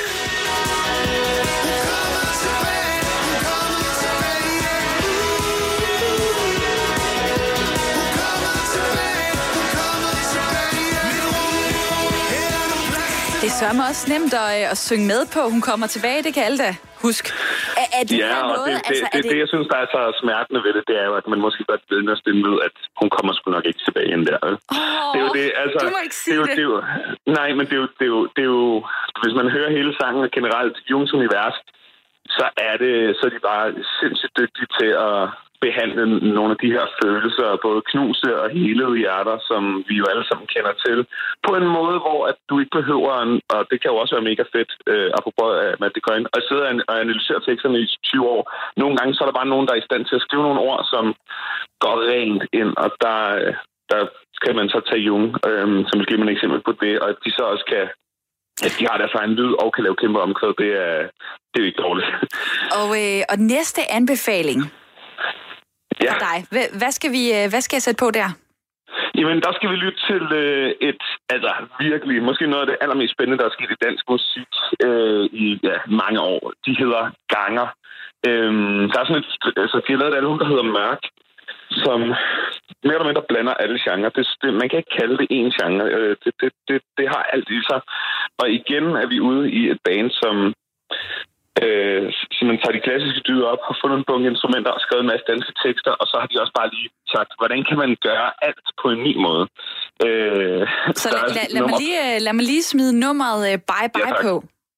Det sørger også nemt at, at synge med på. Hun kommer tilbage, det kan alle da huske. Er, er det ja, noget? og det, det, altså, det, det... det, jeg synes, der er så smertende ved det, det er jo, at man måske godt ved, ved, at hun kommer sgu nok ikke tilbage ind der. Oh, det er jo det, altså, du må ikke sige det. det. Er jo, det er jo, nej, men det er, jo, det, er jo, det er jo... Hvis man hører hele sangen og generelt Jungs univers, så er, det, så er de bare sindssygt dygtige til at behandle nogle af de her følelser, både knuse og helede hjerter, som vi jo alle sammen kender til, på en måde, hvor at du ikke behøver, en, og det kan jo også være mega fedt, øh, apropos af Matt DeCoin, at sidde og analysere teksterne i tyve år. Nogle gange så er der bare nogen, der er i stand til at skrive nogle ord, som går rent ind, og der, der kan man så tage Jung, øh, som vil give mig et eksempel på det, og at de så også kan at de har deres egen lyd og kan lave kæmpe omkvæd, det er, det er ikke dårligt. Og, øh, og næste anbefaling ja. for dig. Hvad skal, vi, hvad skal jeg sætte på der? Jamen, der skal vi lytte til øh, et, altså virkelig, måske noget af det allermest spændende, der er sket i dansk musik øh, i ja, mange år. De hedder Ganger. Øhm, der er sådan et, altså de har lavet et album, der hedder Mørk, som mere eller mindre blander alle genrer. Det, det, man kan ikke kalde det én genre. Øh, det, det, det, det har alt i sig. Og igen er vi ude i et band, som øh, simpelthen tager de klassiske dyder op, har fundet en bunke instrumenter og skrevet en masse danske tekster, og så har de også bare lige sagt, hvordan kan man gøre alt på en ny måde? Øh, så lad, lad, lad, mig lige, lad mig lige smide nummeret uh, Bye Bye ja, på.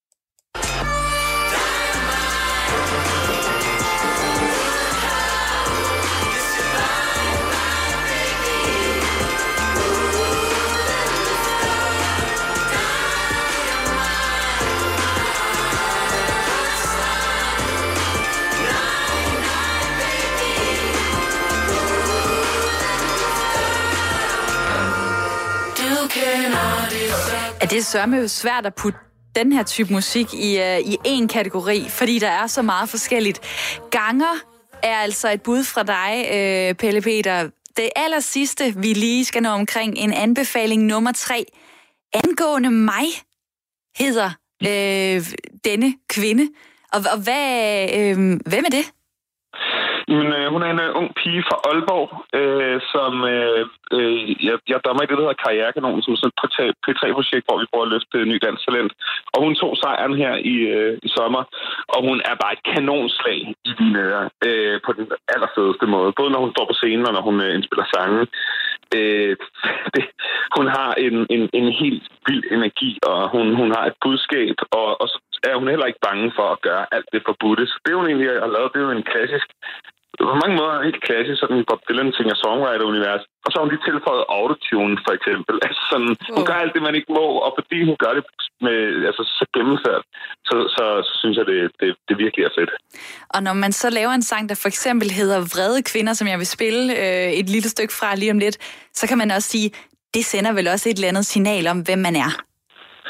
Ja, det er sørme svært at putte den her type musik i, uh, i én kategori, fordi der er så meget forskelligt. Ganger er altså et bud fra dig, uh, Pelle Peter. Det aller sidste, vi lige skal nå omkring, en anbefaling nummer tre. Angående mig hedder uh, denne kvinde. Og, og hvad, uh, hvem er det? Men, øh, hun er en øh, ung pige fra Aalborg, øh, som øh, øh, jeg, jeg dommer i det, der hedder Karrierekanonen, som er sådan et P tre projekt, hvor vi prøver at løfte ny dansk talent. Og hun tog sejren her i, øh, i sommer, og hun er bare et kanonslag i dine ører, øh, på den allerfedeste måde. Både når hun står på scenen, og når hun øh, indspiller sange. Øh, det, hun har en, en, en helt vild energi, og hun, hun har et budskab, og, og så er hun heller ikke bange for at gøre alt det forbudte. Så det, hun egentlig har lavet, det er jo en klassisk, på mange måder helt klassisk, sådan Bob Dylan singer-songwriter-univers. Og så har hun lige tilføjet autotune, for eksempel. Altså sådan, oh. Hun gør alt det, man ikke må, og fordi hun gør det med, altså, så gennemført, så, så, så synes jeg, det, det, det virkelig er fedt. Og når man så laver en sang, der for eksempel hedder Vrede Kvinder, som jeg vil spille øh, et lille stykke fra lige om lidt, så kan man også sige, det sender vel også et eller andet signal om, hvem man er. Ja,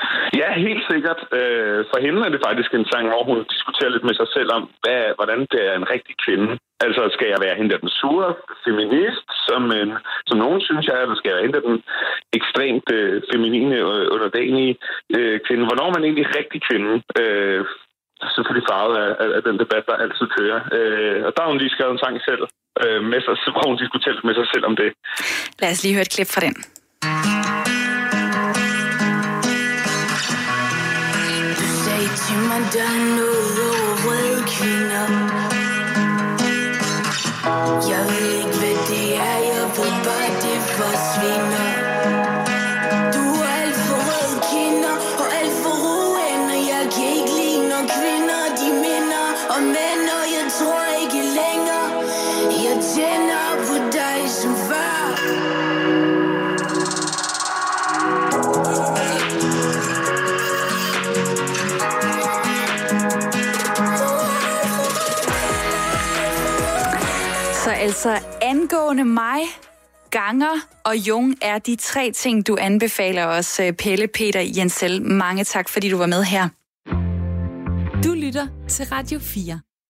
helt sikkert. Øh, for hende er det faktisk en sang, hvor hun diskuterer lidt med sig selv om, hvad, hvordan det er en rigtig kvinde. Altså, skal jeg være hende, der den sure feminist, som, en, som nogen synes jeg, eller skal jeg være hende, der den ekstremt øh, feminine og underdanige øh, kvinde? Hvornår er man egentlig rigtig kvinde? Øh, selvfølgelig farvet af, af, af den debat, der altid kører. Øh, og der har hun lige skrevet en sang selv, øh, med sig, hvor hun diskuterer med sig selv om det. Lad os lige høre et klip fra den. Til mig, der er noget over røde kvinder. Jeg ved ikke, hvad det er, jeg ved bare, det forsvinder. Du er alt for røde kinder, og alt for roende. Jeg kan ikke lide, når kvinder, de minder om mænd, og jeg tror ikke længere. Jeg tænder på dig som før. Så altså angående mig, Ganger og Jung er de tre ting, du anbefaler os, Pelle Peter Jensel. Mange tak, fordi du var med her. Du lytter til Radio fire.